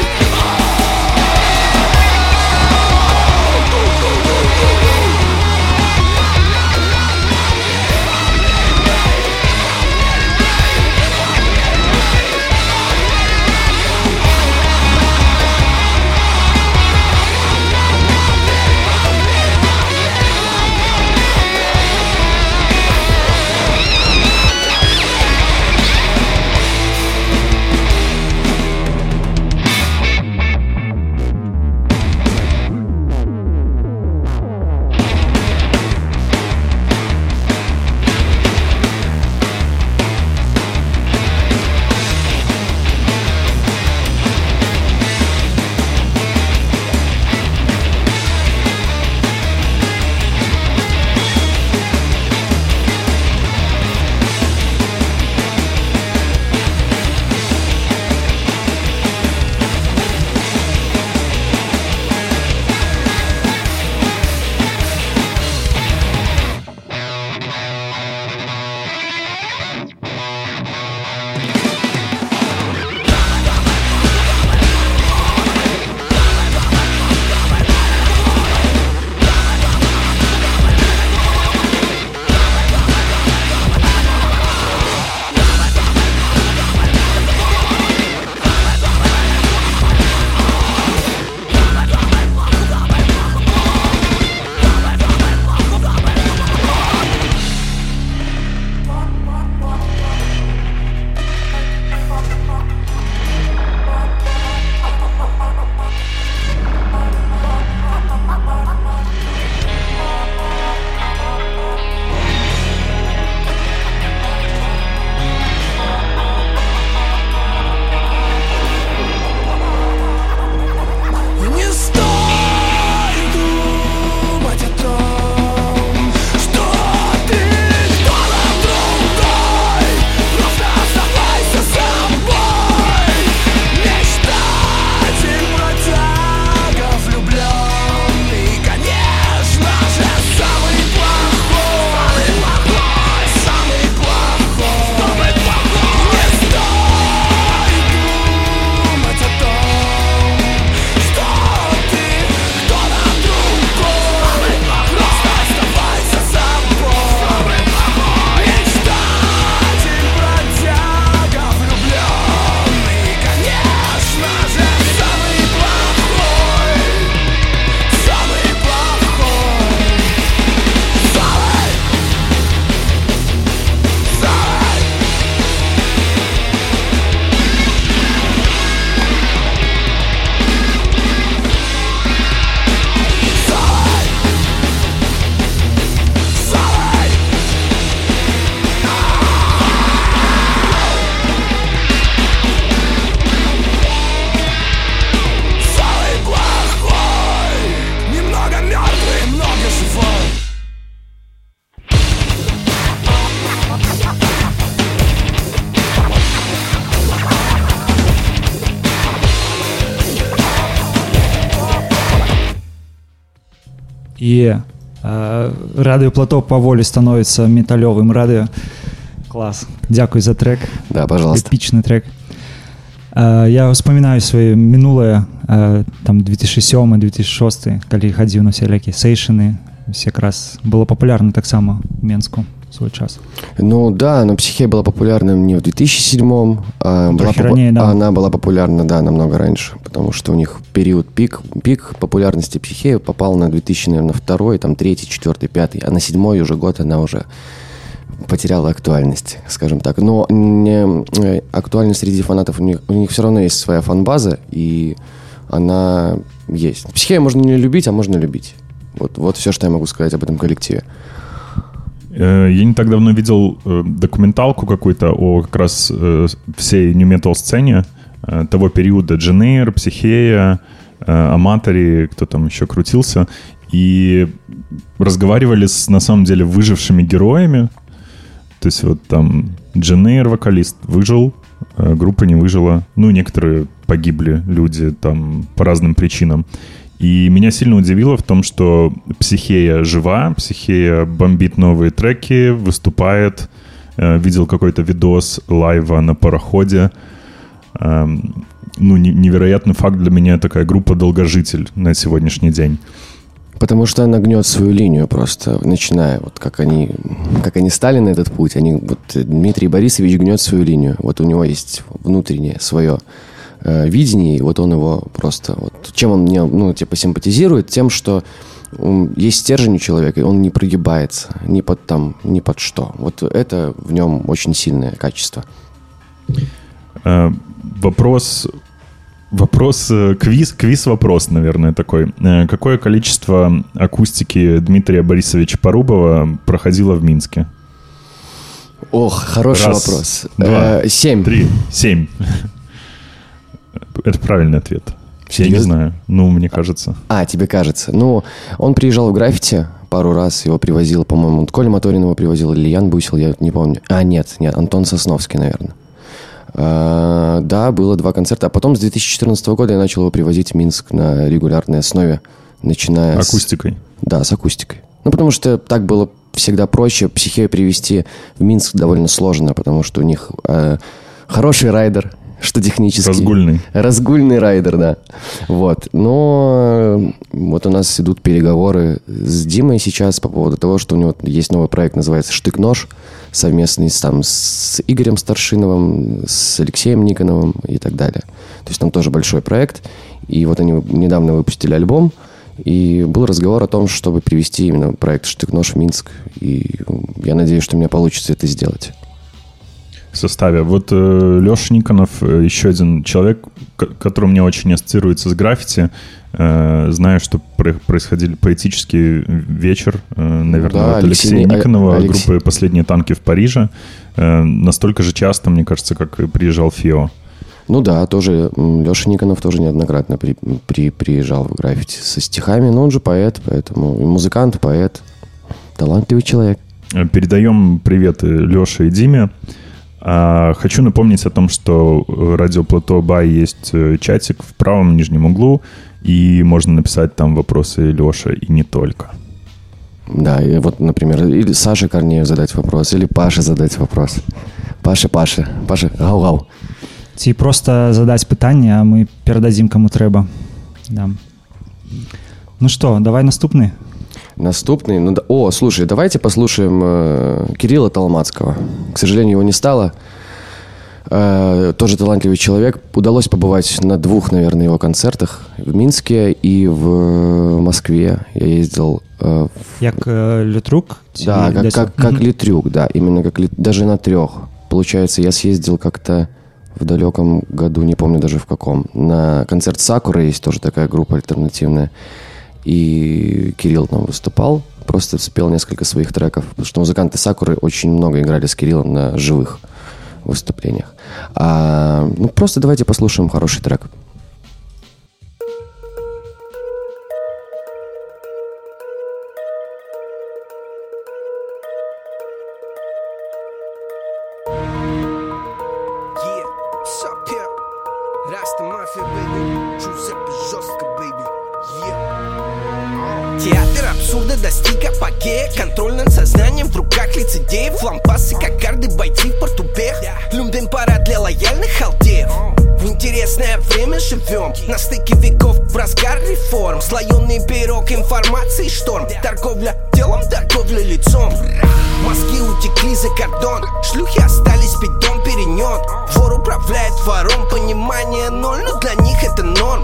І е, радіо Плато поволі становиться метальовим радіо. Клас. Дякую за трек. Да, пожалуйста. Эпичный трек. Э, я вспоминаю свои минулые, э, там, две тысячи седьмой - две тысячи шестой, когда ходил на всякие сейшины. Все как раз было популярно так само в Менску. свой час. Ну да, но «Психея» была популярна не в две тысячи седьмом, а была попу... ранее, да. Она была популярна, да, намного раньше, потому что у них период пик, пик популярности «Психеи» попал на две тысячи, наверное, второй, там третий, четвертый, пятый, а на седьмой уже год она уже потеряла актуальность, скажем так. Но не, актуальность среди фанатов, у них, у них все равно есть своя фан-база, и она есть. «Психея» можно не любить, а можно любить. Вот, вот все, что я могу сказать об этом коллективе. Я не так давно видел документалку какую-то о как раз всей нью-метал сцене того периода. Дженейр, «Психея», Аматори, кто там еще крутился. И разговаривали с, на самом деле, выжившими героями. То есть вот там Дженейр, вокалист, выжил, группа не выжила. Ну, некоторые погибли люди там по разным причинам. И меня сильно удивило в том, что «Психея» жива, «Психея» бомбит новые треки, выступает. Видел какой-то видос лайва на пароходе. Ну, невероятный факт для меня, такая группа «Долгожитель» на сегодняшний день. Потому что она гнет свою линию просто, начиная, вот как они, как они стали на этот путь. Они, вот Дмитрий Борисович гнет свою линию. Вот у него есть внутреннее свое э, видение, и вот он его просто... Вот, чем он мне, ну, типа, симпатизирует? Тем, что um, есть стержень у человека, и он не прогибается ни под, там, ни под что. Вот это в нем очень сильное качество. Э, вопрос... Вопрос, квиз, квиз-вопрос, наверное, такой. Какое количество акустики Дмитрия Борисовича Порубова проходило в Минске? Ох, хороший Раз, вопрос. Два, э, семь. Три, семь. Это правильный ответ. Серьезно? Я не знаю. Ну, мне кажется. А, тебе кажется. Ну, он приезжал в «Граффити» пару раз, его привозил, по-моему, Коля Моторин его привозил, или Ян Бусел, я не помню. А, нет, нет, Антон Сосновский, наверное. Uh, да, было два концерта. А потом с две тысячи четырнадцатого года я начал его привозить в Минск на регулярной основе, начиная акустикой. с... Да, с акустикой. Ну, потому что так было всегда проще. «Психею» привезти в Минск довольно сложно, потому что у них uh, хороший райдер, что технически... Разгульный. Разгульный райдер, да. Вот. Но вот у нас идут переговоры с Димой сейчас по поводу того, что у него есть новый проект, называется «Штык-нож», совместный там с Игорем Старшиновым, с Алексеем Никоновым и так далее. То есть там тоже большой проект. И вот они недавно выпустили альбом, и был разговор о том, чтобы привести именно проект «Штык-нож» в Минск. И я надеюсь, что у меня получится это сделать. В составе. Вот э, Леша Никонов, э, еще один человек, к- который мне очень ассоциируется с граффити. Э, знаю, что про- происходили поэтический вечер, э, наверное, да, от Алексея Алексей, Никонова, Алексей. группы «Последние танки в Париже». Э, настолько же часто, мне кажется, как и приезжал Фио. Ну да, тоже Леша Никонов тоже неоднократно при, при, приезжал в «Граффити» со стихами, но он же поэт, поэтому и музыкант, поэт, талантливый человек. Передаем приветы Леше и Диме. А, хочу напомнить о том, что радио Плато Бай есть чатик в правом нижнем углу, и можно написать там вопросы Леше и не только. Да, и вот, например, или Саше Корнеев задать вопрос, или Паше задать вопрос. Паша, Паша, Паша, гау-гау. Ці просто задать питання, а мы передадим кому треба. Да. Ну что, давай наступный. Наступный. Ну, да. О, слушай, давайте послушаем э, Кирилла Толмацкого. К сожалению, его не стало. Э, тоже талантливый человек. Удалось побывать на двух, наверное, его концертах. В Минске и в Москве. Я ездил... Э, в... Як э, Литрюк? Да, как, как, как mm-hmm. Литрюк, да. Именно как Лит... даже на трех. Получается, я съездил как-то в далеком году, не помню даже в каком. На концерт Сакуры есть тоже такая группа альтернативная. И Кирилл там выступал, просто спел несколько своих треков, потому что музыканты Сакуры очень много играли с Кириллом на живых выступлениях. А, ну, просто давайте послушаем хороший трек. Театр абсурда достиг апогея. Контроль над сознанием в руках лицедеев. Лампасы, кокарды, бойцы в портупеях. Люмден парад для лояльных халдеев. В интересное время живем, на стыке веков, в разгар реформ. Слоеный пирог информации шторм. Торговля телом, торговля лицом. Мозги утекли за кордон, шлюхи остались пить дом перенет. Вор управляет вором, понимание ноль, но для них это норм.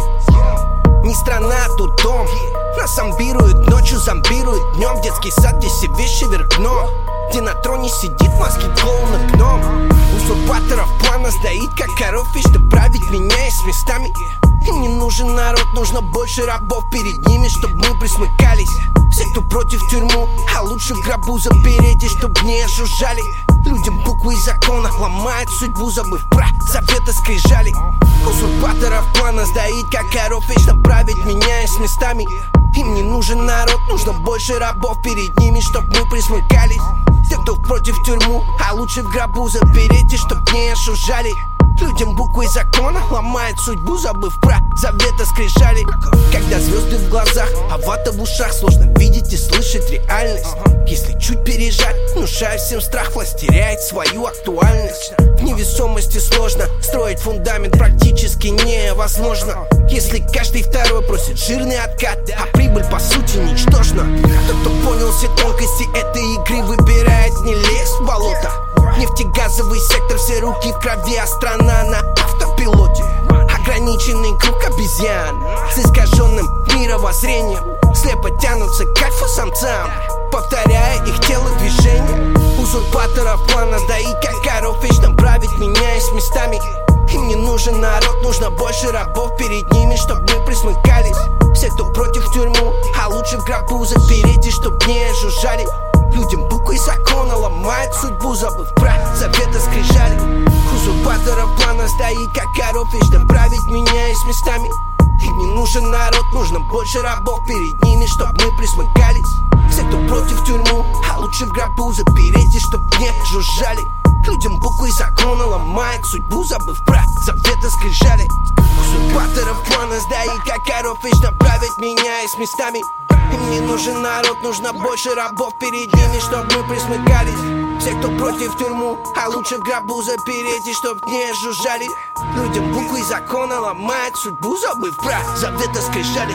Не страна, а тут дом. Нас зомбируют ночью, зомбируют днем. Детский сад, где все вещи вверх дном. Где на троне сидит маски клоуна гном. Узурпаторов плана сдаит, как коров, и чтобы править, меняясь местами. Им не нужен народ, нужно больше рабов перед ними, чтобы мы присмыкались. Все, кто против тюрьму, а лучше в гробу запереть, и чтоб не жужжали. Людям буквы и закона ломают судьбу, забыв про завета скрижали. Узурпаторов плана сдаит, как коров, вечно править, меняясь местами. Им не нужен народ, нужно больше рабов перед ними, чтоб мы присмыкались. Те, кто против тюрьму, а лучше в гробу запереть, и чтоб не ошужали. Людям буквы закона ломает судьбу, забыв про завета скрижали. Когда звезды в глазах, а вата в ушах, сложно видеть и слышать реальность. Если чуть пережать, внушая всем страх, власть теряет свою актуальность. В невесомости сложно строить фундамент, практически невозможно. Если каждый второй просит жирный откат, а прибыль по сути ничтожна. Тот, кто понял все тонкости этой игры, выбирает не лезть в болото. Нефтегазовый сектор, все руки в крови, а страна на автопилоте. Ограниченный круг обезьян с искаженным мировоззрением слепо тянутся к альфа-самцам, повторяя их телодвижение. Узурпаторов плана сдаит, как коров, вечно править, меняясь местами. Им не нужен народ, нужно больше рабов перед ними, чтоб мы присмыкались. Все, кто против тюрьму, а лучше в гробу запереть, и чтоб не жужжали. Людям буквы закона ломают судьбу, забыв про завета скрижали. Узурпаторов плана стоит, как коров, вечно править, меняясь местами. Им не нужен народ, нужно больше рабов перед ними, чтоб мы присмыкались. Все, кто против тюрьму, а лучше в гробу запереть, и чтоб не жужжали. Людям буквы закона ломают судьбу, забыв про завета скрижали. Узурпаторов плана стоит, как коров, вечно править, меняясь местами. Им не нужен народ, нужно больше рабов перед ними, чтоб мы присмыкались. Все, кто против тюрьму, а лучше в гробу запереть, и чтоб не жужжали. Людям буквы закона ломают судьбу, забыв про завета скрижали.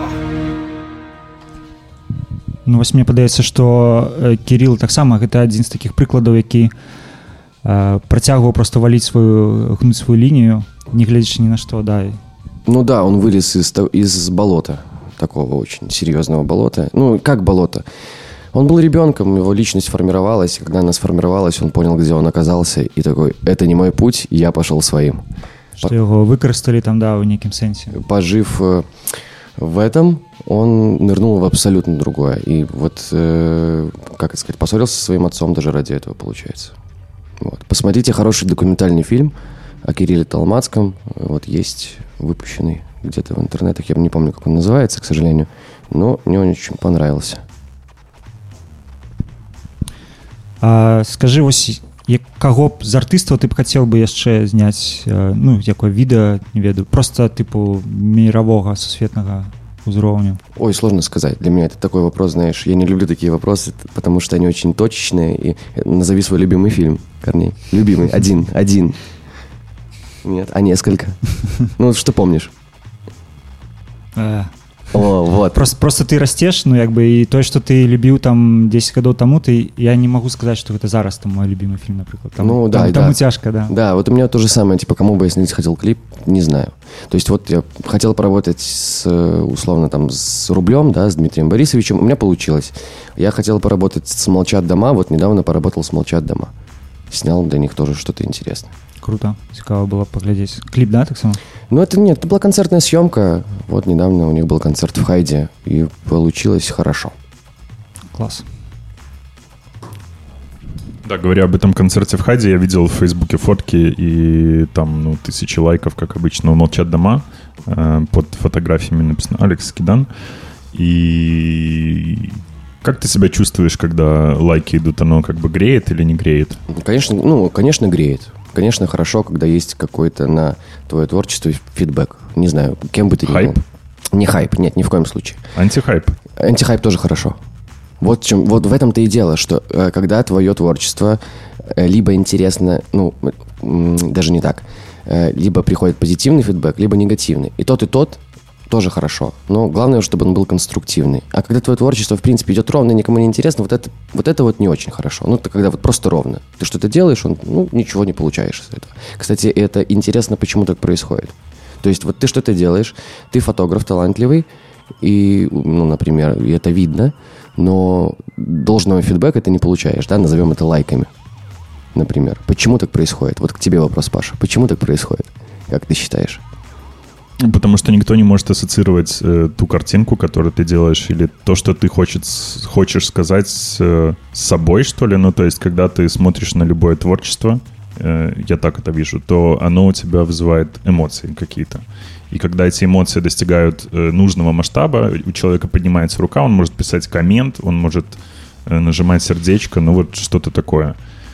Ну, вось мне падаецца, што Кірыл таксама гэта адзін з такіх прыкладаў, які э, працягваў просто валіць сваю, гнуць сваю лінію, не глядзячы ні на што, да. Ну да, он вылез из, из болота, такого очень серьезного болота. Ну, как болото? Он был ребенком, его личность формировалась, и когда она сформировалась, он понял, где он оказался, и такой, это не мой путь, я пошел своим. Что По... его выкористали там, да, в неким сенсе. Пожив э, в этом, он нырнул в абсолютно другое. И вот, э, как это сказать, поссорился со своим отцом даже ради этого, получается. Вот. Посмотрите хороший документальный фильм о Кирилле Толмацком. Вот есть выпущенный где-то в интернетах. Я не помню, как он называется, к сожалению. Но мне он очень понравился. А, скажи, вось, каго б з артыстаў ты б хацеў бы яшчэ зняць, ну, якое відэо, не ведаю, просто типу мирового, сусветнага узроўню? Ой, сложно сказать. Для меня это такой вопрос, знаешь, я не люблю такие вопросы, потому что они очень точечные. И назови свой любимый фильм, Корней. Любимый, один, один. Нет, а несколько. Ну, что помнишь? О, вот. Просто, просто ты растешь, ну, як бы, і тое, што ты любіў там десять гадоў таму, ты, я не могу сказать, что это зараз там мой любимый фильм, например. Там, ну, да, там, да. Тому тяжко, да. Да, вот у меня то же самое, типа, кому бы я снять хотел клип, не знаю. То есть вот я хотел поработать с, условно, там, с Рублем, да, с Дмитрием Борисовичем, у меня получилось. Я хотел поработать с «Молчат дома», вот недавно поработал с «Молчат дома». Снял для них тоже что-то интересное. Круто, цікаво было поглядеть. Клип, да, так само? Ну, это нет, это была концертная съемка. Вот недавно у них был концерт в Хайде, и получилось хорошо. Класс. Да, говоря об этом концерте в Хайде, я видел в Фейсбуке фотки, и там, ну, тысячи лайков, как обычно, у «Молчат дома». Э, под фотографиями написано «Алекс Кидан». И как ты себя чувствуешь, когда лайки идут? Оно как бы греет или не греет? Конечно, ну, конечно, греет. Конечно, хорошо, когда есть какой-то на твое творчество фидбэк. Не знаю, кем бы ты ни был. Хайп? Не хайп, нет, ни в коем случае. Антихайп? Антихайп тоже хорошо. Вот, в чем, вот в этом-то и дело, что когда твое творчество либо интересно, ну, даже не так, либо приходит позитивный фидбэк, либо негативный. И тот, и тот тоже хорошо. Но главное, чтобы он был конструктивный. А когда твое творчество, в принципе, идет ровно, никому не интересно, вот это вот, это вот не очень хорошо. Ну, это когда вот просто ровно. Ты что-то делаешь, он, ну, ничего не получаешь из этого. Кстати, это интересно, почему так происходит. То есть вот ты что-то делаешь, ты фотограф талантливый, и, ну, например, и это видно, но должного фидбэка ты не получаешь, да, назовем это лайками, например. Почему так происходит? Вот к тебе вопрос, Паша. Почему так происходит? Как ты считаешь? Потому что никто не может ассоциировать э, ту картинку, которую ты делаешь, или то, что ты хочет, хочешь сказать с, э, с собой, что ли. Ну, то есть, когда ты смотришь на любое творчество, э, я так это вижу, то оно у тебя вызывает эмоции какие-то. И когда эти эмоции достигают э, нужного масштаба, у человека поднимается рука, он может писать коммент, он может э, нажимать сердечко, ну вот что-то такое.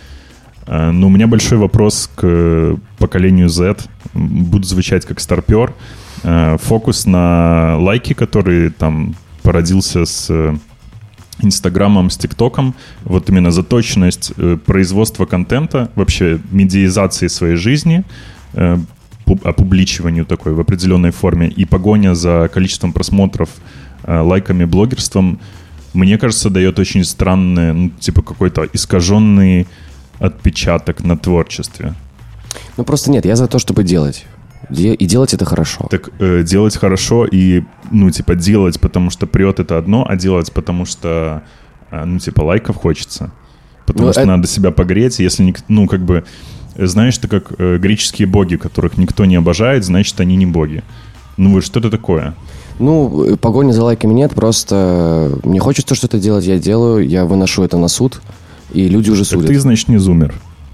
Э, но у меня большой вопрос к поколению Z. Буду звучать как старпер. Э, фокус на лайки, который там породился с э, Инстаграмом, с ТикТоком. Вот именно заточенность э, производства контента, вообще медиазации своей жизни, э, опубличиванию такой в определенной форме и погоня за количеством просмотров, э, лайками, блогерством, мне кажется, дает очень странный, ну, типа какой-то искаженный отпечаток на творчестве. Ну, просто нет, я за то, чтобы делать. Де- и делать это хорошо. Так э, делать хорошо и, ну, типа, делать, потому что прет, это одно, а делать, потому что, э, ну, типа, лайков хочется. Потому ну, что это... надо себя погреть, если, не, ну, как бы... Знаешь, ты как э, греческие боги, которых никто не обожает, значит, они не боги. Ну, вот что это такое? Ну, погони за лайками нет, просто мне хочется что-то делать, я делаю, я выношу это на суд, и люди уже судят. Так ты, значит, не зумер.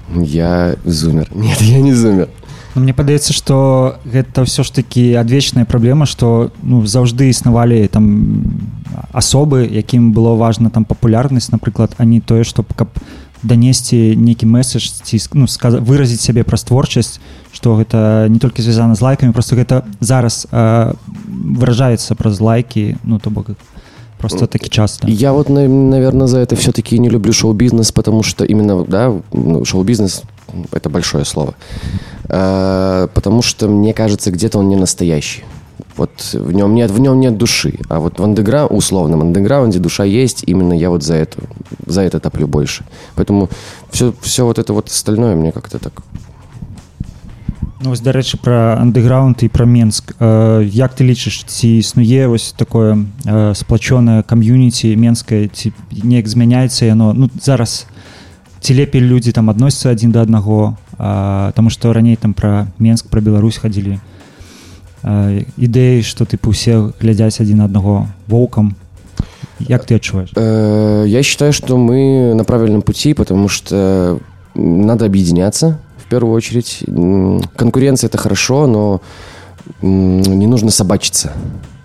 Я зумер. Нет, я не зумер. Мне падаецца, што гэта ўсё ж такі адвечная праблема, што ну, заўжды існавалі там асобы, якім было важна там папулярнасць, напрыклад, а не тое, што каб данесці нейкі месседж ці ну, сказ... выразіць сябе праз творчасць, што гэта не толькі звязана з лайкамі, просто гэта зараз э, выражаецца праз лайкі, ну то бок просто такі часто. Я вот, наверное, за это все-таки не люблю шоу-бизнес, потому что именно, да, шоу-бизнес — это большое слово, э, потому что, мне кажется, где-то он не настоящий. Вот в нем нет, в нем нет души. А вот в андеграунде, условном андеграунде душа есть. Именно я вот за это, за это топлю больше. Поэтому все, все вот это вот остальное мне как-то так... Ну, ось, до речі, про андеграунд і про Менск. Е, як ти лічиш, ці існує ось таке е, сплачене ком'юніті менське, ці неяк змяняється яно? Ну, зараз ці лепей люди там адносяцца адзін да аднаго, е, тому што раней там про Менск, про Беларусь ходили э, ідэі, што типу усе глядзяць адзін на аднаго воўкам. Як ты адчуваеш? Э, я считаю, что мы на правильном пути, потому что надо объединяться. В первую очередь, конкуренция — это хорошо, но не нужно собачиться.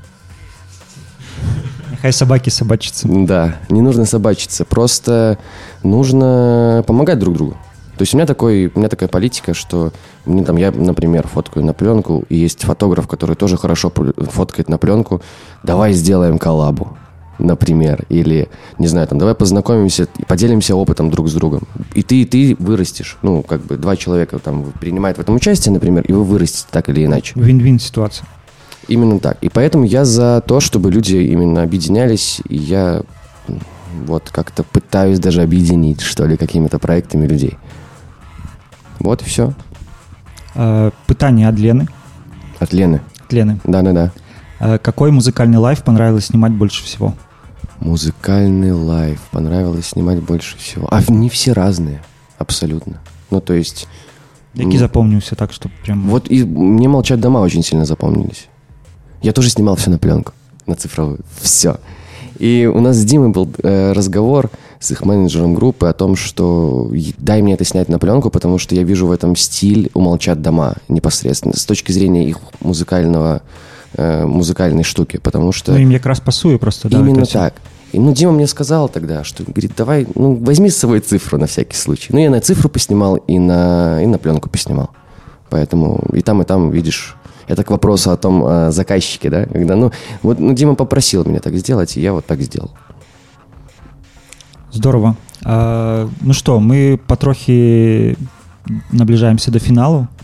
Хай собаки собачатся. Да, не нужно собачиться, просто нужно помогать друг другу. То есть у меня, такой, у меня такая политика, что мне там, я, например, фоткаю на пленку, и есть фотограф, который тоже хорошо фоткает на пленку. Давай сделаем коллабу, например. Или, не знаю, там, давай познакомимся и поделимся опытом друг с другом. И ты, и ты вырастешь. Ну, как бы два человека там принимают в этом участие, например, и вы вырастете так или иначе. Вин-вин ситуация. Именно так. И поэтому я за то, чтобы люди именно объединялись, и я вот как-то пытаюсь даже объединить, что ли, какими-то проектами людей. Вот и все. А, пытание от Лены. От Лены? От Лены. Да-да-да. А какой музыкальный лайв понравилось снимать больше всего? Музыкальный лайв понравилось снимать больше всего. А не все разные, абсолютно. Ну, то есть... Какие запомнился так, что прям... Вот и мне «Молчат дома» очень сильно запомнились. Я тоже снимал все на пленку, на цифровую. Все. И у нас с Димой был э, разговор с их менеджером группы о том, что дай мне это снять на пленку, потому что я вижу в этом стиль у «Молчат дома» непосредственно, с точки зрения их музыкального, э, музыкальной штуки, потому что... Ну, им как раз пасует просто, да? Именно так. И, ну, Дима мне сказал тогда, что, говорит, давай, ну, возьми с собой цифру на всякий случай. Ну, я на цифру поснимал и на, и на пленку поснимал. Поэтому и там, и там, видишь... Это к вопросу о том о заказчике, да, когда, ну, вот, ну, Дима попросил меня так сделать, и я вот так сделал. Здорово. А, ну что, мы потрохи наближаемся до финалу.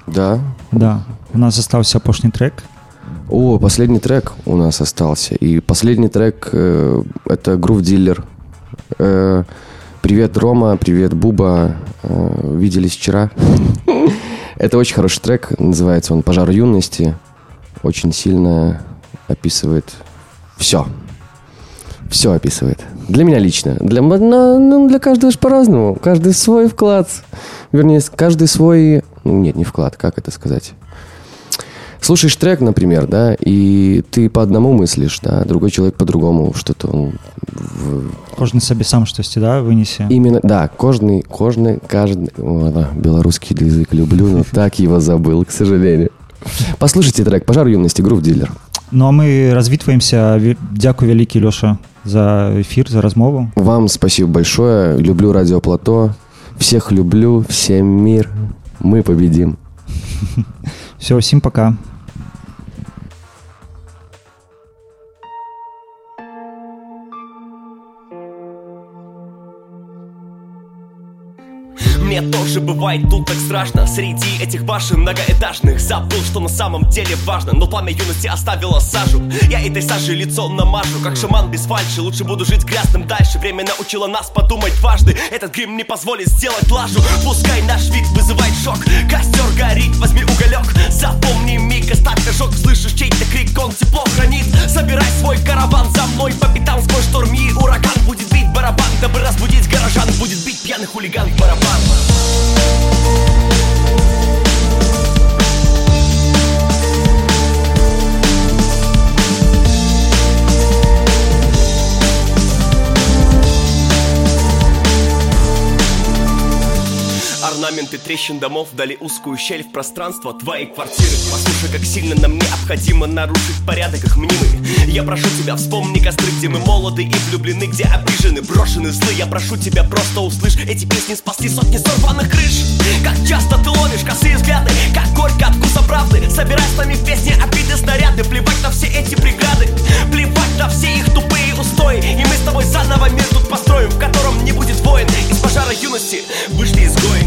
Да. Да. У нас остался апошний трек. О, последний трек у нас остался. И последний трек э, это Groove Dealer. Э, привет, Рома, привет, Буба. Э, виделись вчера. Это очень хороший трек. Называется он «Пожар юности». Очень сильно описывает все. Все описывает. Для меня лично. Для, ну, для каждого же по-разному. Каждый свой вклад. Вернее, каждый свой... Нет, не вклад. Как это сказать? Слушаешь трек, например, да, и ты по одному мыслишь, да, другой человек по-другому что-то он... В... Кожный себе сам что-то, да, вынесе. Именно, да, кожный, кожный, каждый... О, да, белорусский язык люблю, но так его забыл, к сожалению. Послушайте трек «Пожар юности», Groove Dealer. Ну, а мы развітваемся. Дякую вялікі, Лёша, за эфир, за размову. Вам спасибо большое. Люблю Радио Плато. Всех люблю, всем мир. Мы победим. Все, всем пока. Мне тоже бывает тут так страшно. Среди этих башен многоэтажных забыл, что на самом деле важно. Но пламя юности оставило сажу. Я этой сажей лицо намажу, как шаман без фальши. Лучше буду жить грязным дальше. Время научило нас подумать дважды. Этот грим не позволит сделать лажу. Пускай наш вид вызывает шок. Костер горит, возьми уголек. Запомни миг, оставь ожог. Слышишь чей-то крик, он тепло хранит. Собирай свой караван за мной по пятам. Сквозь шторм и ураган будет бить барабан. Дабы разбудить горожан, будет бить пьяный хулиган в барабан. Орнаменты трещин домов дали узкую щель в пространство твоей квартиры. Послушай, как сильно нам необходимо нарушить порядок их мнимый. Я прошу тебя, вспомни костры, где мы молоды и влюблены, где обижены, брошены, злы. Я прошу тебя, просто услышь, эти песни спасли сотни сорванных крыш. Как часто ты ловишь косые взгляды, как горько от вкуса правды. Собирай с нами в песни обиды, снаряды. Плевать на все эти преграды, плевать на все их тупые устои. И мы с тобой заново мир тут построим, в котором не будет войн. Из пожара юности вышли изгои.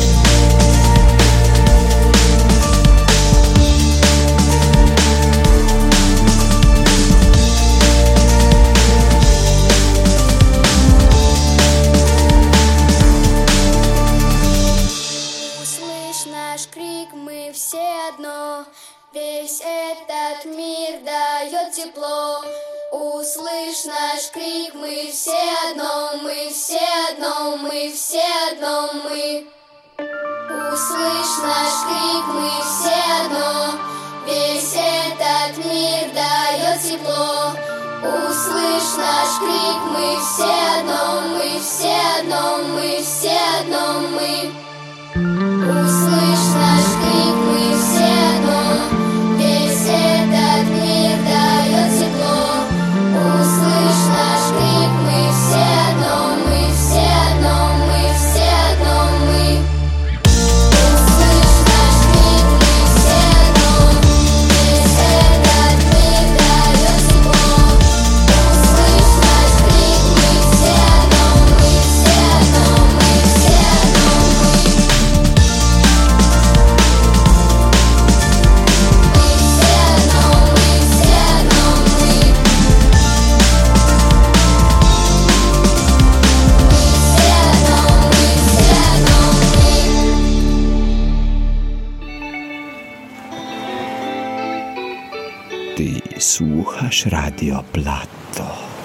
Услышь наш крик, мы все одно. Весь этот мир дает тепло. Услышь наш крик, мы все одно, мы все одно, мы все одно, мы. Услышь наш крик, мы все одно. Весь этот мир дает тепло. Услышь наш крик, мы все одно, мы все одно, мы все одно, мы. Услышь наш крик, мы все одно. Весь этот мир дает тепло. Услышь наш крик, мы все одно, мы все одно, мы все одно, мы. Услышь наш крик, мы все одно. Весь этот мир дает тепло. Услышь наш крик, мы все одно, мы все одно, мы все одно, мы. Ty słuchasz Radio Plato.